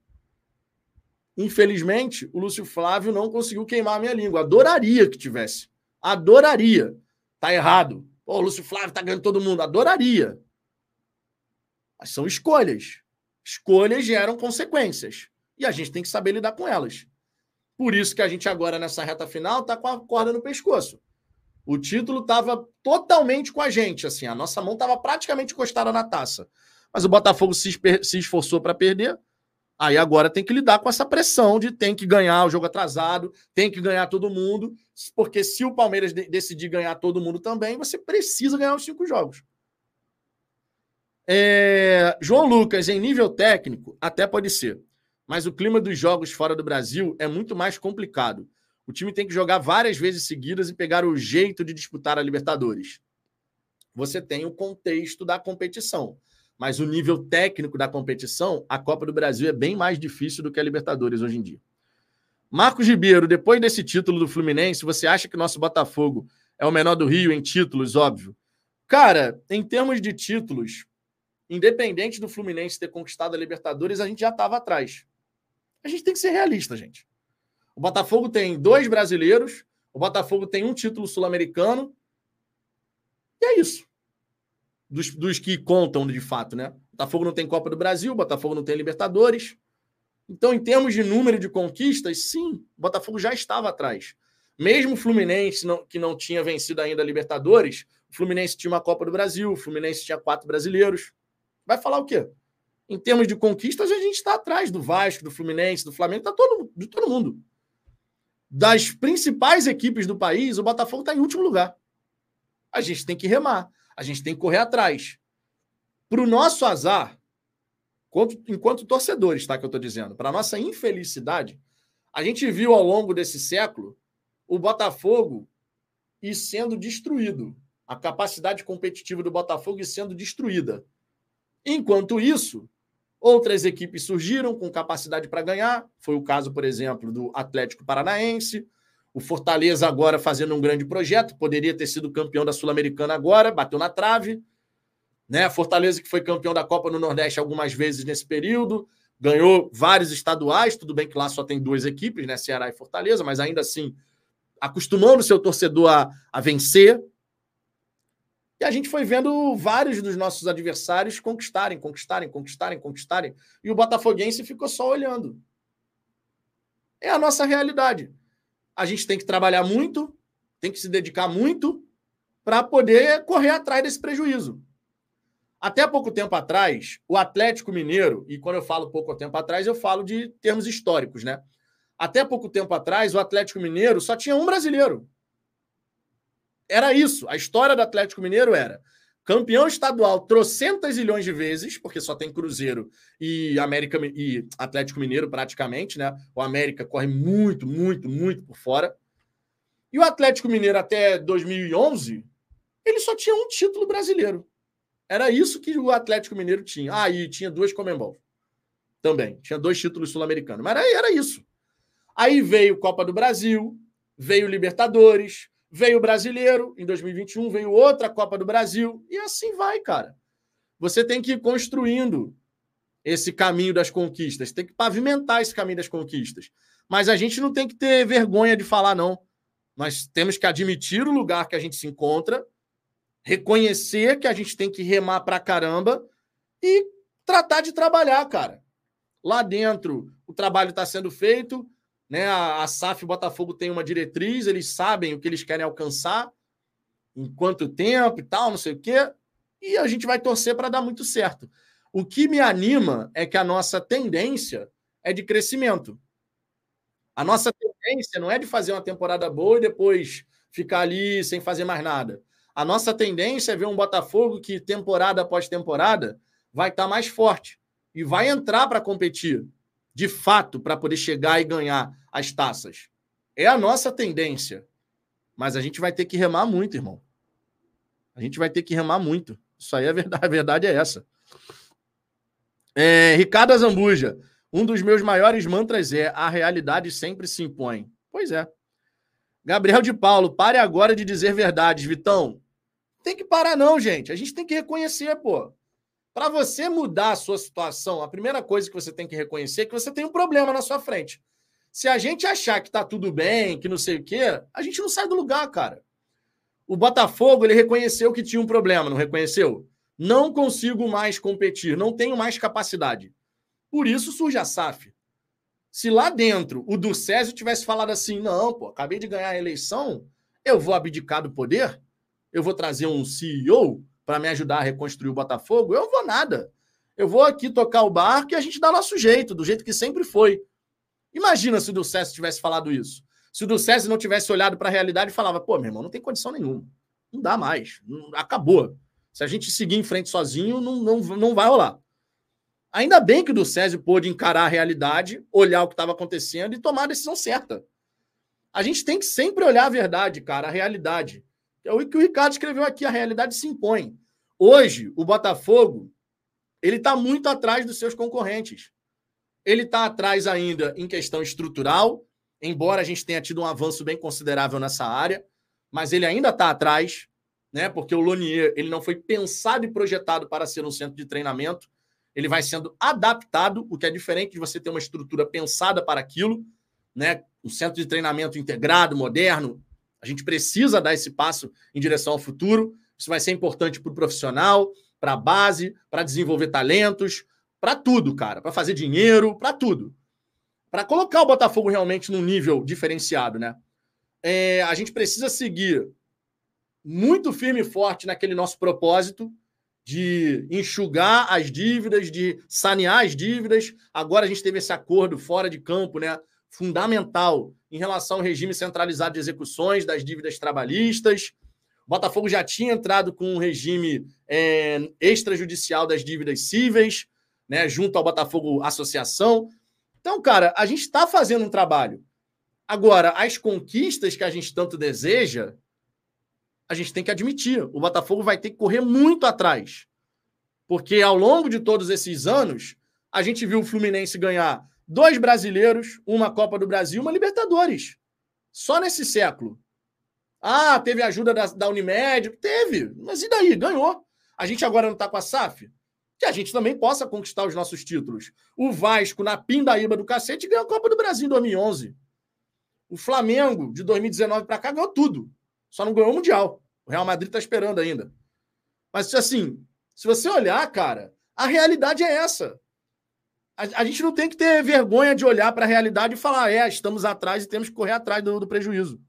Infelizmente, o Lúcio Flávio não conseguiu queimar a minha língua. Adoraria que tivesse. Adoraria. Tá errado. O Lúcio Flávio tá ganhando todo mundo. Adoraria. Mas são escolhas. Escolhas geram consequências. E a gente tem que saber lidar com elas. Por isso que a gente agora, nessa reta final, está com a corda no pescoço. O título estava totalmente com a gente. Assim, a nossa mão estava praticamente encostada na taça. Mas o Botafogo se esforçou para perder. Aí agora tem que lidar com essa pressão de tem que ganhar o jogo atrasado, tem que ganhar todo mundo. Porque se o Palmeiras decidir ganhar todo mundo também, você precisa ganhar os 5 jogos. João Lucas, em nível técnico, até pode ser. Mas o clima dos jogos fora do Brasil é muito mais complicado. O time tem que jogar várias vezes seguidas e pegar o jeito de disputar a Libertadores. Você tem o contexto da competição. Mas o nível técnico da competição, a Copa do Brasil é bem mais difícil do que a Libertadores hoje em dia. Marcos Ribeiro, depois desse título do Fluminense, você acha que nosso Botafogo é o menor do Rio em títulos, óbvio? Cara, em termos de títulos, independente do Fluminense ter conquistado a Libertadores, a gente já estava atrás. A gente tem que ser realista, gente. O Botafogo tem 2 brasileiros, o Botafogo tem um título sul-americano, e é isso. Dos que contam, de fato, né? O Botafogo não tem Copa do Brasil, o Botafogo não tem Libertadores. Então, em termos de número de conquistas, sim, o Botafogo já estava atrás. Mesmo o Fluminense, que não tinha vencido ainda a Libertadores, o Fluminense tinha uma Copa do Brasil, o Fluminense tinha 4 brasileiros. Vai falar o quê? Em termos de conquistas, a gente está atrás do Vasco, do Fluminense, do Flamengo, de todo mundo. Das principais equipes do país, o Botafogo está em último lugar. A gente tem que remar, a gente tem que correr atrás. Para o nosso azar, enquanto torcedores, tá, que eu estou dizendo, para a nossa infelicidade, a gente viu ao longo desse século o Botafogo ir sendo destruído, a capacidade competitiva do Botafogo ir sendo destruída. Enquanto isso, outras equipes surgiram com capacidade para ganhar. Foi o caso, por exemplo, do Atlético Paranaense. O Fortaleza agora fazendo um grande projeto. Poderia ter sido campeão da Sul-Americana agora, bateu na trave. Né? Fortaleza que foi campeão da Copa no Nordeste algumas vezes nesse período. Ganhou vários estaduais. Tudo bem que lá só tem 2 equipes, né? Ceará e Fortaleza. Mas ainda assim, acostumando o seu torcedor a vencer. E a gente foi vendo vários dos nossos adversários conquistarem. E o botafoguense ficou só olhando. É a nossa realidade. A gente tem que trabalhar muito, tem que se dedicar muito para poder correr atrás desse prejuízo. Até pouco tempo atrás, o Atlético Mineiro, e quando eu falo pouco tempo atrás, eu falo de termos históricos, né? Até pouco tempo atrás, o Atlético Mineiro só tinha um brasileiro. Era isso. A história do Atlético Mineiro era campeão estadual trocentas milhões de vezes, porque só tem Cruzeiro e América e Atlético Mineiro praticamente, né? O América corre muito, muito, muito por fora. E o Atlético Mineiro até 2011, ele só tinha um título brasileiro. Era isso que o Atlético Mineiro tinha. Ah, e tinha 2 Conmebol também. Tinha 2 títulos sul-americanos. Mas era isso. Aí veio Copa do Brasil, veio Libertadores, veio o Brasileiro, em 2021 veio outra Copa do Brasil, e assim vai, cara. Você tem que ir construindo esse caminho das conquistas, tem que pavimentar esse caminho das conquistas. Mas a gente não tem que ter vergonha de falar, não. Nós temos que admitir o lugar que a gente se encontra, reconhecer que a gente tem que remar pra caramba e tratar de trabalhar, cara. Lá dentro, o trabalho está sendo feito, né? A SAF e o Botafogo tem uma diretriz, eles sabem o que eles querem alcançar, em quanto tempo e tal, não sei o quê, e a gente vai torcer para dar muito certo. O que me anima é que a nossa tendência é de crescimento. A nossa tendência não é de fazer uma temporada boa e depois ficar ali sem fazer mais nada. A nossa tendência é ver um Botafogo que, temporada após temporada, vai estar mais forte e vai entrar para competir, de fato, para poder chegar e ganhar as taças. É a nossa tendência. Mas a gente vai ter que remar muito, irmão. A gente vai ter que remar muito. Isso aí é verdade, a verdade é essa. Ricardo Azambuja, um dos meus maiores mantras é: a realidade sempre se impõe. Pois é. Gabriel de Paulo, pare agora de dizer verdades, Vitão. Tem que parar não, gente. A gente tem que reconhecer, pô. Para você mudar a sua situação, a primeira coisa que você tem que reconhecer é que você tem um problema na sua frente. Se a gente achar que tá tudo bem, que não sei o quê, a gente não sai do lugar, cara. O Botafogo, ele reconheceu que tinha um problema, não reconheceu? Não consigo mais competir, não tenho mais capacidade. Por isso surge a SAF. Se lá dentro o do Césio tivesse falado assim, não, pô, acabei de ganhar a eleição, eu vou abdicar do poder, eu vou trazer um CEO para me ajudar a reconstruir o Botafogo, eu vou nada. Eu vou aqui tocar o barco e a gente dá nosso jeito, do jeito que sempre foi. Imagina se o do Césio tivesse falado isso. Se o do Césio não tivesse olhado para a realidade e falava, pô, meu irmão, não tem condição nenhuma. Não dá mais. Acabou. Se a gente seguir em frente sozinho, não vai rolar. Ainda bem que o do Césio pôde encarar a realidade, olhar o que estava acontecendo e tomar a decisão certa. A gente tem que sempre olhar a verdade, cara, a realidade. É o que o Ricardo escreveu aqui, a realidade se impõe. Hoje, o Botafogo, ele está muito atrás dos seus concorrentes. Ele está atrás ainda em questão estrutural, embora a gente tenha tido um avanço bem considerável nessa área, mas ele ainda está atrás, né? Porque o Lonier, ele não foi pensado e projetado para ser um centro de treinamento, ele vai sendo adaptado, o que é diferente de você ter uma estrutura pensada para aquilo, né? Um centro de treinamento integrado, moderno. A gente precisa dar esse passo em direção ao futuro. Isso vai ser importante para o profissional, para a base, para desenvolver talentos, para tudo, cara. Para fazer dinheiro, para tudo. Para colocar o Botafogo realmente num nível diferenciado, né? A gente precisa seguir muito firme e forte naquele nosso propósito de enxugar as dívidas, de sanear as dívidas. Agora a gente teve esse acordo fora de campo, né? Fundamental em relação ao regime centralizado de execuções das dívidas trabalhistas. O Botafogo já tinha entrado com um regime extrajudicial das dívidas cíveis, né, junto ao Botafogo Associação. Então, cara, a gente está fazendo um trabalho. Agora, as conquistas que a gente tanto deseja, a gente tem que admitir. O Botafogo vai ter que correr muito atrás. Porque ao longo de todos esses anos, a gente viu o Fluminense ganhar 2 brasileiros, uma Copa do Brasil, uma Libertadores. Só nesse século. Ah, teve ajuda da Unimed? Teve. Mas e daí? Ganhou. A gente agora não está com a SAF? Que a gente também possa conquistar os nossos títulos. O Vasco, na pindaíba do cacete, ganhou a Copa do Brasil em 2011. O Flamengo, de 2019 para cá, ganhou tudo. Só não ganhou o Mundial. O Real Madrid está esperando ainda. Mas, assim, se você olhar, cara, a realidade é essa. A gente não tem que ter vergonha de olhar para a realidade e falar, estamos atrás e temos que correr atrás do prejuízo.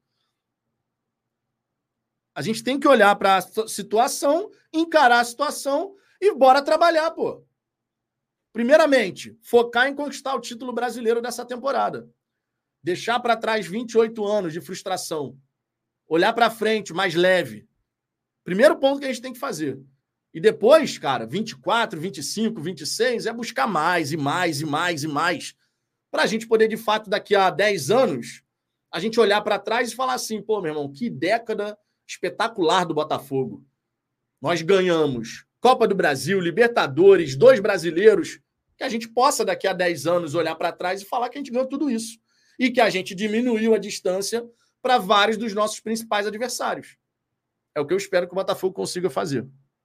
A gente tem que olhar para a situação, encarar a situação e bora trabalhar, pô. Primeiramente, focar em conquistar o título brasileiro dessa temporada. Deixar para trás 28 anos de frustração. Olhar para frente, mais leve. Primeiro ponto que a gente tem que fazer. E depois, cara, 24, 25, 26, é buscar mais e mais e mais e mais. Para a gente poder, de fato, daqui a 10 anos, a gente olhar para trás e falar assim, pô, meu irmão, que década espetacular do Botafogo. Nós ganhamos Copa do Brasil, Libertadores, 2 brasileiros, que a gente possa, daqui a 10 anos, olhar para trás e falar que a gente ganhou tudo isso. E que a gente diminuiu a distância para vários dos nossos principais adversários. É o que eu espero que o Botafogo consiga fazer.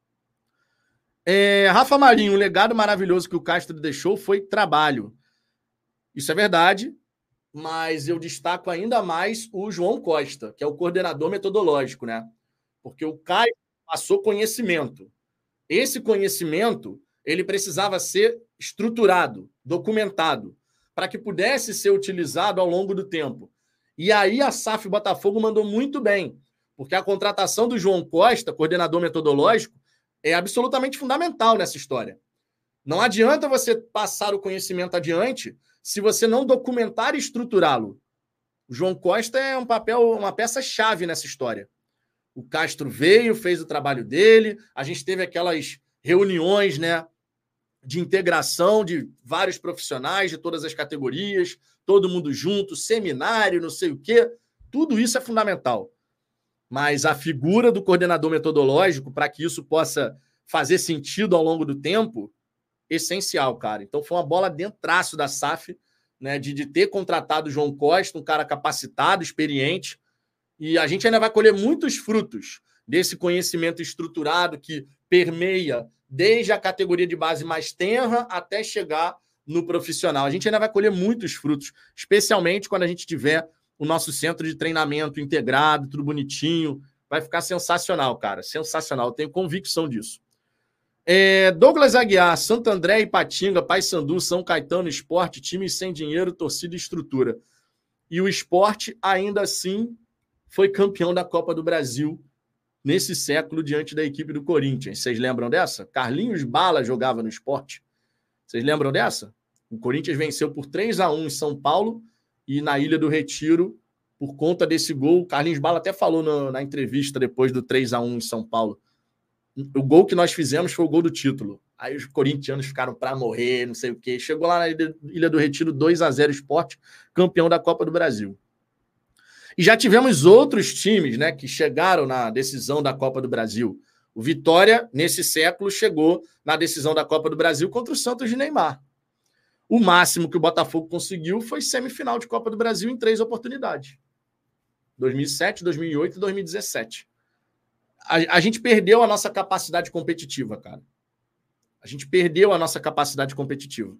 Rafa Marinho, um legado maravilhoso que o Castro deixou foi trabalho. Isso é verdade, mas eu destaco ainda mais o João Costa, que é o coordenador metodológico, né? Porque o Caio passou conhecimento. Esse conhecimento, ele precisava ser estruturado, documentado, para que pudesse ser utilizado ao longo do tempo. E aí a SAF Botafogo mandou muito bem, porque a contratação do João Costa, coordenador metodológico, é absolutamente fundamental nessa história. Não adianta você passar o conhecimento adiante se você não documentar e estruturá-lo. O João Costa é uma peça-chave nessa história. O Castro veio, fez o trabalho dele, a gente teve aquelas reuniões, né, de integração de vários profissionais de todas as categorias, todo mundo junto, seminário, não sei o quê. Tudo isso é fundamental. Mas a figura do coordenador metodológico, para que isso possa fazer sentido ao longo do tempo, essencial, cara. Então foi uma bola dentraço da SAF, né, de ter contratado o João Costa, um cara capacitado, experiente, e a gente ainda vai colher muitos frutos desse conhecimento estruturado que permeia desde a categoria de base mais tenra até chegar no profissional. A gente ainda vai colher muitos frutos, especialmente quando a gente tiver o nosso centro de treinamento integrado, tudo bonitinho. Vai ficar sensacional, cara. Sensacional. Eu tenho convicção disso. Douglas Aguiar, Santo André, Ipatinga, Paysandu, São Caetano, Sport, time sem dinheiro, torcida e estrutura. E o Sport, ainda assim, foi campeão da Copa do Brasil nesse século diante da equipe do Corinthians. Vocês lembram dessa? Carlinhos Bala jogava no Sport. Vocês lembram dessa? O Corinthians venceu por 3-1 em São Paulo e na Ilha do Retiro, por conta desse gol. O Carlinhos Bala até falou na entrevista depois do 3-1 em São Paulo. O gol que nós fizemos foi o gol do título. Aí os corintianos ficaram para morrer, não sei o quê. Chegou lá na Ilha do Retiro, 2-0 Sport, campeão da Copa do Brasil. E já tivemos outros times, né, que chegaram na decisão da Copa do Brasil. O Vitória, nesse século, chegou na decisão da Copa do Brasil contra o Santos de Neymar. O máximo que o Botafogo conseguiu foi semifinal de Copa do Brasil em 3 oportunidades. 2007, 2008 e 2017. A gente perdeu a nossa capacidade competitiva, cara. A gente perdeu a nossa capacidade competitiva.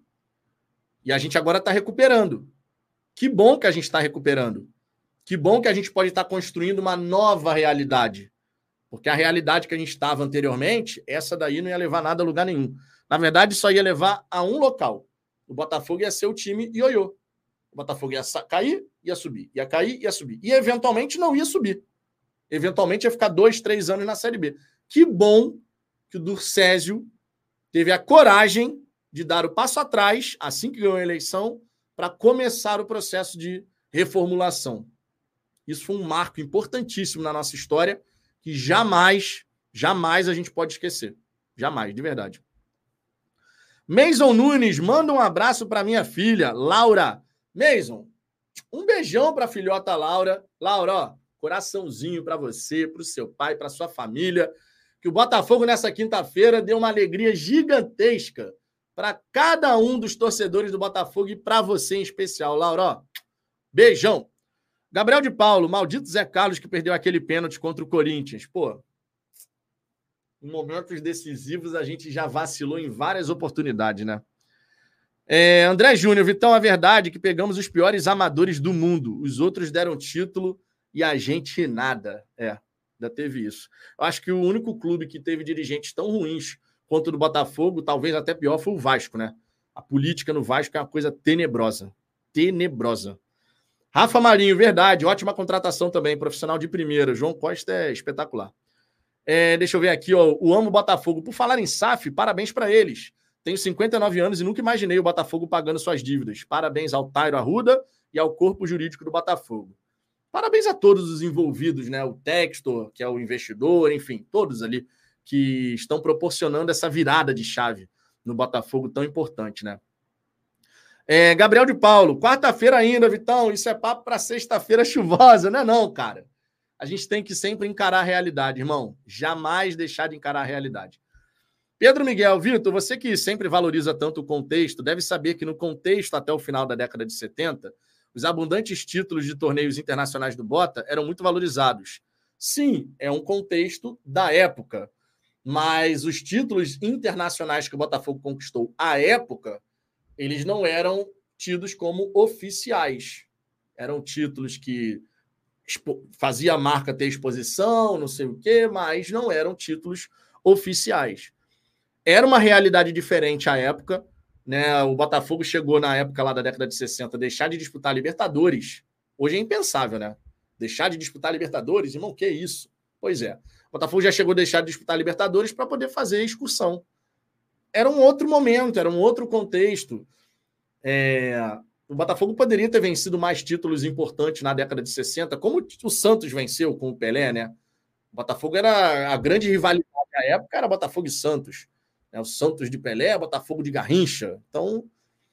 E a gente agora está recuperando. Que bom que a gente está recuperando. Que bom que a gente pode estar construindo uma nova realidade. Porque a realidade que a gente estava anteriormente, essa daí não ia levar nada a lugar nenhum. Na verdade, só ia levar a um local. O Botafogo ia ser o time ioiô. O Botafogo ia cair, ia subir. Ia cair, ia subir. E, eventualmente, não ia subir. Eventualmente, ia ficar 2, 3 anos na Série B. Que bom que o Durcésio teve a coragem de dar o passo atrás, assim que ganhou a eleição, para começar o processo de reformulação. Isso foi um marco importantíssimo na nossa história que jamais a gente pode esquecer. Jamais, de verdade. Mason Nunes, manda um abraço para minha filha, Laura. Mason, um beijão para a filhota Laura. Laura, ó, coraçãozinho para você, para o seu pai, para sua família. Que o Botafogo nessa quinta-feira deu uma alegria gigantesca para cada um dos torcedores do Botafogo e para você em especial. Laura, ó, beijão. Gabriel de Paulo, maldito Zé Carlos que perdeu aquele pênalti contra o Corinthians. Pô, em momentos decisivos a gente já vacilou em várias oportunidades, né? André Júnior, Vitão, a verdade é que pegamos os piores amadores do mundo. Os outros deram título e a gente nada. Ainda teve isso. Eu acho que o único clube que teve dirigentes tão ruins quanto o do Botafogo, talvez até pior, foi o Vasco, né? A política no Vasco é uma coisa tenebrosa. Tenebrosa. Rafa Marinho, verdade, ótima contratação também, profissional de primeira. João Costa é espetacular. Deixa eu ver aqui, ó, o Amo Botafogo. Por falar em SAF, parabéns para eles. Tenho 59 anos e nunca imaginei o Botafogo pagando suas dívidas. Parabéns ao Tairo Arruda e ao corpo jurídico do Botafogo. Parabéns a todos os envolvidos, né? O Textor, que é o investidor, enfim, todos ali que estão proporcionando essa virada de chave no Botafogo tão importante, né? Gabriel de Paulo, quarta-feira ainda, Vitão, isso é papo para sexta-feira chuvosa, não é não, cara? A gente tem que sempre encarar a realidade, irmão. Jamais deixar de encarar a realidade. Pedro Miguel, Vitor, você que sempre valoriza tanto o contexto, deve saber que no contexto até o final da década de 70, os abundantes títulos de torneios internacionais do Bota eram muito valorizados. Sim, é um contexto da época, mas os títulos internacionais que o Botafogo conquistou à época, eles não eram tidos como oficiais. Eram títulos que fazia a marca ter exposição, não sei o quê, mas não eram títulos oficiais. Era uma realidade diferente à época, né? O Botafogo chegou na época lá da década de 60 a deixar de disputar a Libertadores. Hoje é impensável, né? Deixar de disputar a Libertadores, irmão, que isso? Pois é. O Botafogo já chegou a deixar de disputar a Libertadores para poder fazer a excursão. Era um outro momento, era um outro contexto. O Botafogo poderia ter vencido mais títulos importantes na década de 60, como o Santos venceu com o Pelé, né? O Botafogo era a grande rivalidade da época, era Botafogo e Santos. O Santos de Pelé, Botafogo de Garrincha. Então,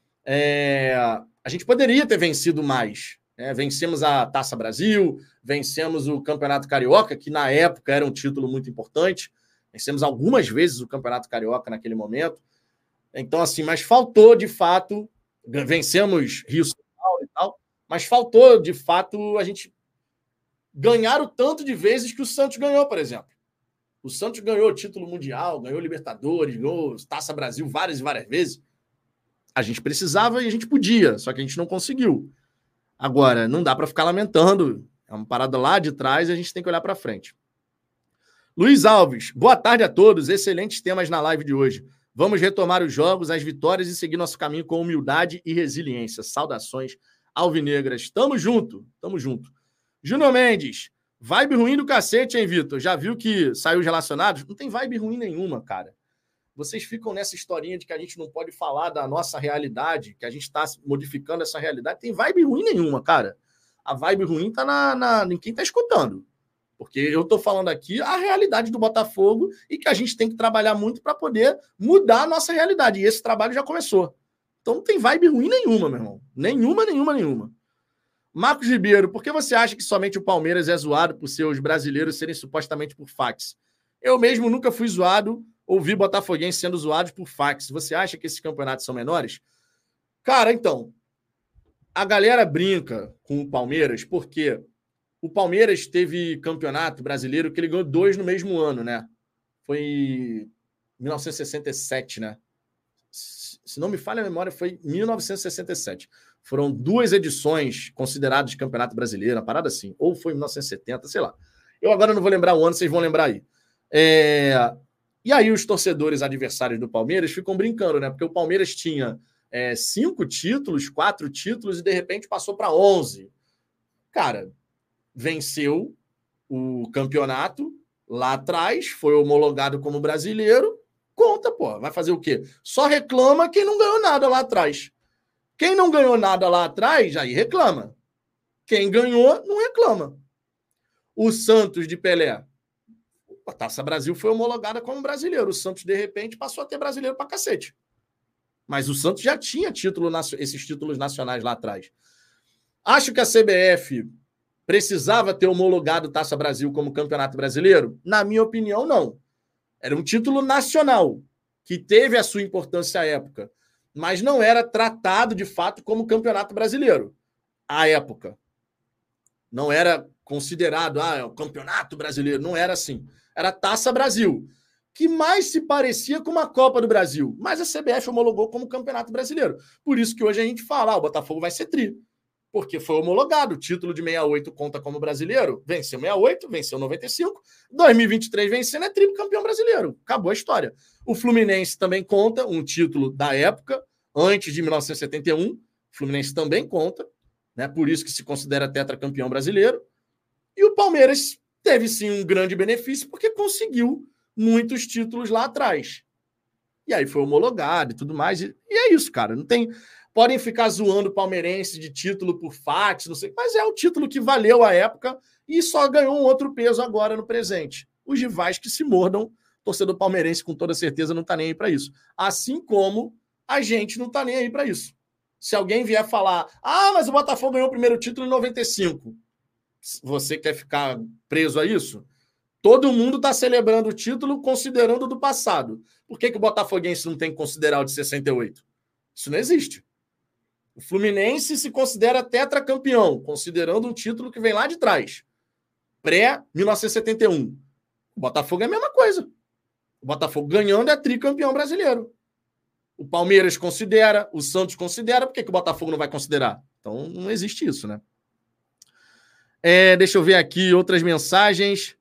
a gente poderia ter vencido mais. Vencemos a Taça Brasil, vencemos o Campeonato Carioca, que na época era um título muito importante. Vencemos algumas vezes o Campeonato Carioca naquele momento. Então, assim, mas faltou, de fato, vencemos Rio São Paulo e tal, mas faltou, de fato, a gente ganhar o tanto de vezes que o Santos ganhou, por exemplo. O Santos ganhou título mundial, ganhou Libertadores, ganhou Taça Brasil várias e várias vezes. A gente precisava e a gente podia, só que a gente não conseguiu. Agora, não dá para ficar lamentando. É uma parada lá de trás e a gente tem que olhar para frente. Luiz Alves, boa tarde a todos. Excelentes temas na live de hoje. Vamos retomar os jogos, as vitórias e seguir nosso caminho com humildade e resiliência. Saudações alvinegras. Tamo junto, tamo junto. Júnior Mendes, vibe ruim do cacete, hein, Vitor? Já viu que saiu os relacionados? Não tem vibe ruim nenhuma, cara. Vocês ficam nessa historinha de que a gente não pode falar da nossa realidade, que a gente está modificando essa realidade. Tem vibe ruim nenhuma, cara. A vibe ruim tá em quem tá escutando. Porque eu tô falando aqui a realidade do Botafogo e que a gente tem que trabalhar muito para poder mudar a nossa realidade. E esse trabalho já começou. Então não tem vibe ruim nenhuma, meu irmão. Nenhuma. Marcos Ribeiro, por que você acha que somente o Palmeiras é zoado por seus brasileiros serem supostamente por fax? Eu mesmo nunca fui zoado ou vi botafoguenses sendo zoados por fax. Você acha que esses campeonatos são menores? Cara, então, a galera brinca com o Palmeiras porque o Palmeiras teve campeonato brasileiro que ele ganhou 2 no mesmo ano, né? Foi em 1967, né? Se não me falha a memória, foi 1967. Foram 2 edições consideradas de Campeonato Brasileiro, uma parada assim. Ou foi em 1970, sei lá. Eu agora não vou lembrar o ano, vocês vão lembrar aí. E aí os torcedores adversários do Palmeiras ficam brincando, né? Porque o Palmeiras tinha 5 títulos, 4 títulos e de repente passou para 11. Cara, venceu o campeonato lá atrás, foi homologado como brasileiro, conta, pô. Vai fazer o quê? Só reclama quem não ganhou nada lá atrás. Quem não ganhou nada lá atrás, aí reclama. Quem ganhou, não reclama. O Santos de Pelé, a Taça Brasil foi homologada como brasileiro. O Santos, de repente, passou a ter brasileiro pra cacete. Mas o Santos já tinha esses títulos nacionais lá atrás. Acho que a CBF precisava ter homologado Taça Brasil como campeonato brasileiro? Na minha opinião, não. Era um título nacional, que teve a sua importância à época, mas não era tratado, de fato, como campeonato brasileiro. À época. Não era considerado, é o campeonato brasileiro. Não era assim. Era Taça Brasil, que mais se parecia com uma Copa do Brasil. Mas a CBF homologou como campeonato brasileiro. Por isso que hoje a gente fala, o Botafogo vai ser tri. Porque foi homologado. O título de 68 conta como brasileiro. Venceu 68, venceu 95. 2023 vencendo é tricampeão brasileiro. Acabou a história. O Fluminense também conta um título da época, antes de 1971. O Fluminense também conta, né? Por isso que se considera tetracampeão brasileiro. E o Palmeiras teve sim um grande benefício, porque conseguiu muitos títulos lá atrás. E aí foi homologado e tudo mais. E é isso, cara. Não tem... Podem ficar zoando o palmeirense de título por fax, não sei, mas é o título que valeu à época e só ganhou um outro peso agora no presente. Os rivais que se mordam O torcedor palmeirense, com toda certeza, não está nem aí para isso. Assim como a gente não está nem aí para isso. Se alguém vier falar, mas o Botafogo ganhou o primeiro título em 95, você quer ficar preso a isso? Todo mundo está celebrando o título considerando o do passado. Por que o botafoguense não tem que considerar o de 68? Isso não existe. O Fluminense se considera tetracampeão, considerando um título que vem lá de trás. Pré-1971. O Botafogo é a mesma coisa. O Botafogo ganhando é tricampeão brasileiro. O Palmeiras considera, o Santos considera, por que o Botafogo não vai considerar? Então não existe isso, né? Deixa eu ver aqui outras mensagens.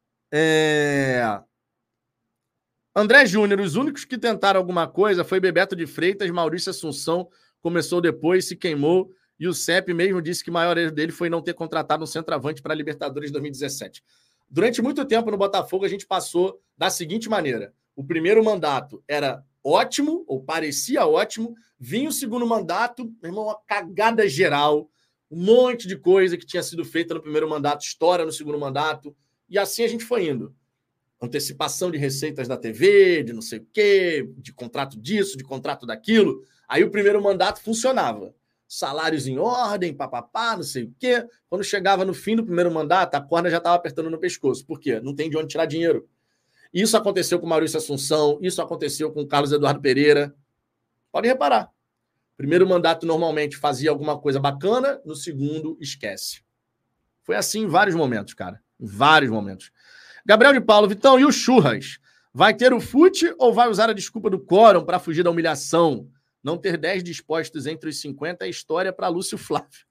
André Júnior, os únicos que tentaram alguma coisa foi Bebeto de Freitas, Maurício Assunção, começou depois, se queimou, e o CEP mesmo disse que o maior erro dele foi não ter contratado um centroavante para a Libertadores 2017. Durante muito tempo no Botafogo, a gente passou da seguinte maneira: o primeiro mandato era ótimo, ou parecia ótimo, vinha o segundo mandato, meu irmão, uma cagada geral, um monte de coisa que tinha sido feita no primeiro mandato, estoura no segundo mandato, e assim a gente foi indo. Antecipação de receitas da TV, de não sei o quê, de contrato disso, de contrato daquilo. Aí o primeiro mandato funcionava. Salários em ordem, papapá, não sei o quê. Quando chegava no fim do primeiro mandato, a corda já estava apertando no pescoço. Por quê? Não tem de onde tirar dinheiro. Isso aconteceu com o Maurício Assunção, isso aconteceu com o Carlos Eduardo Pereira. Pode reparar. Primeiro mandato normalmente fazia alguma coisa bacana, no segundo esquece. Foi assim em vários momentos, cara. Em vários momentos. Gabriel de Paulo, Vitão, e o Churras? Vai ter o fute ou vai usar a desculpa do quórum para fugir da humilhação? Não ter 10 dispostos entre os 50 é história para Lúcio Flávio.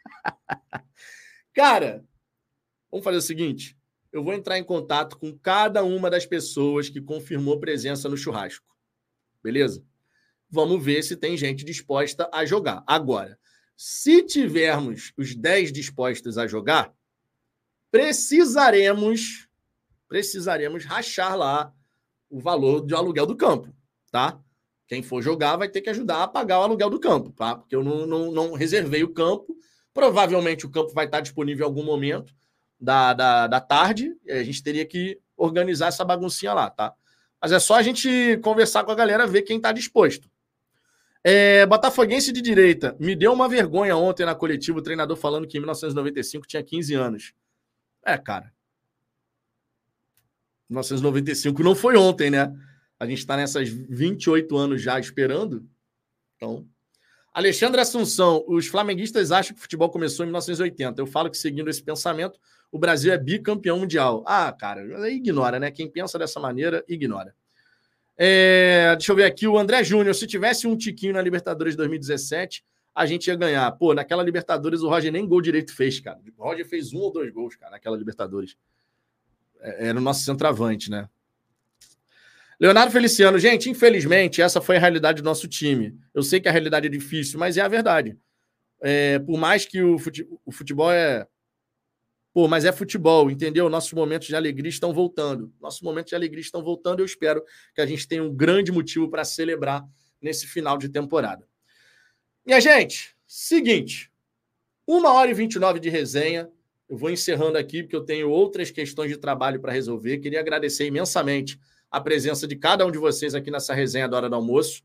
Cara, vamos fazer o seguinte. Eu vou entrar em contato com cada uma das pessoas que confirmou presença no churrasco. Beleza? Vamos ver se tem gente disposta a jogar. Agora, se tivermos os 10 dispostos a jogar, precisaremos rachar lá o valor de aluguel do campo, tá? Quem for jogar vai ter que ajudar a pagar o aluguel do campo, tá? Porque eu não reservei o campo. Provavelmente o campo vai estar disponível em algum momento da tarde, e a gente teria que organizar essa baguncinha lá, tá? Mas é só a gente conversar com a galera, ver quem está disposto. Botafoguense de direita. Me deu uma vergonha ontem na coletiva o treinador falando que em 1995 tinha 15 anos. Cara. 1995 não foi ontem, né? A gente está nessas 28 anos já esperando. Então, Alexandre Assunção, os flamenguistas acham que o futebol começou em 1980. Eu falo que, seguindo esse pensamento, o Brasil é bicampeão mundial. Cara, ignora, né? Quem pensa dessa maneira, ignora. Deixa eu ver aqui, o André Júnior, se tivesse um tiquinho na Libertadores 2017, a gente ia ganhar. Pô, naquela Libertadores o Roger nem gol direito fez, cara. O Roger fez 1 ou 2 gols, cara, naquela Libertadores. Era o nosso centroavante, né? Leonardo Feliciano, gente, infelizmente, essa foi a realidade do nosso time. Eu sei que a realidade é difícil, mas é a verdade. Por mais que o futebol é... Pô, mas é futebol, entendeu? Nossos momentos de alegria estão voltando. Nossos momentos de alegria estão voltando e eu espero que a gente tenha um grande motivo para celebrar nesse final de temporada. Minha gente, seguinte, 1h29 de resenha. Eu vou encerrando aqui porque eu tenho outras questões de trabalho para resolver. Queria agradecer imensamente a presença de cada um de vocês aqui nessa resenha da Hora do Almoço.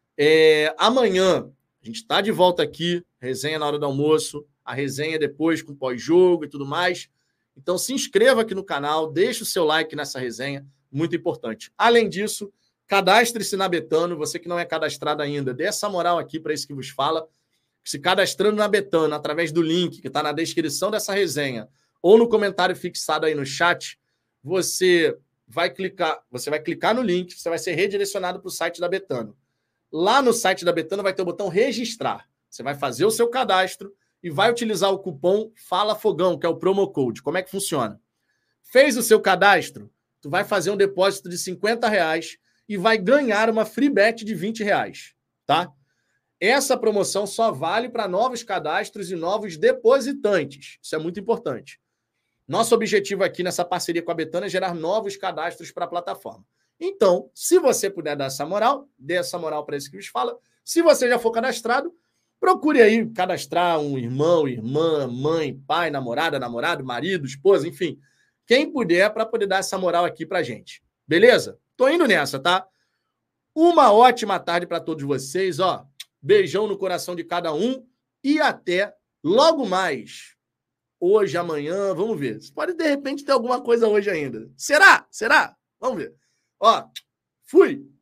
Amanhã a gente está de volta aqui, resenha na Hora do Almoço, a resenha depois com pós-jogo e tudo mais. Então se inscreva aqui no canal, deixe o seu like nessa resenha, muito importante. Além disso, cadastre-se na Betano, você que não é cadastrado ainda, dê essa moral aqui para esse que vos fala. Se cadastrando na Betano, através do link que está na descrição dessa resenha, ou no comentário fixado aí no chat, você vai clicar no link, você vai ser redirecionado para o site da Betano. Lá no site da Betano vai ter o botão registrar. Você vai fazer o seu cadastro e vai utilizar o cupom Fala Fogão, que é o promo code. Como é que funciona? Fez o seu cadastro, tu vai fazer um depósito de R$50 e vai ganhar uma free bet de R$20, tá? Essa promoção só vale para novos cadastros e novos depositantes. Isso é muito importante. Nosso objetivo aqui nessa parceria com a Betano é gerar novos cadastros para a plataforma. Então, se você puder dar essa moral, dê essa moral para esse que nos fala. Se você já for cadastrado, procure aí cadastrar um irmão, irmã, mãe, pai, namorada, namorado, marido, esposa, enfim. Quem puder para poder dar essa moral aqui para a gente. Beleza? Tô indo nessa, tá? Uma ótima tarde para todos vocês, ó. Beijão no coração de cada um e até logo mais. Hoje, amanhã, vamos ver. Pode, de repente, ter alguma coisa hoje ainda. Será? Será? Vamos ver. Ó, fui!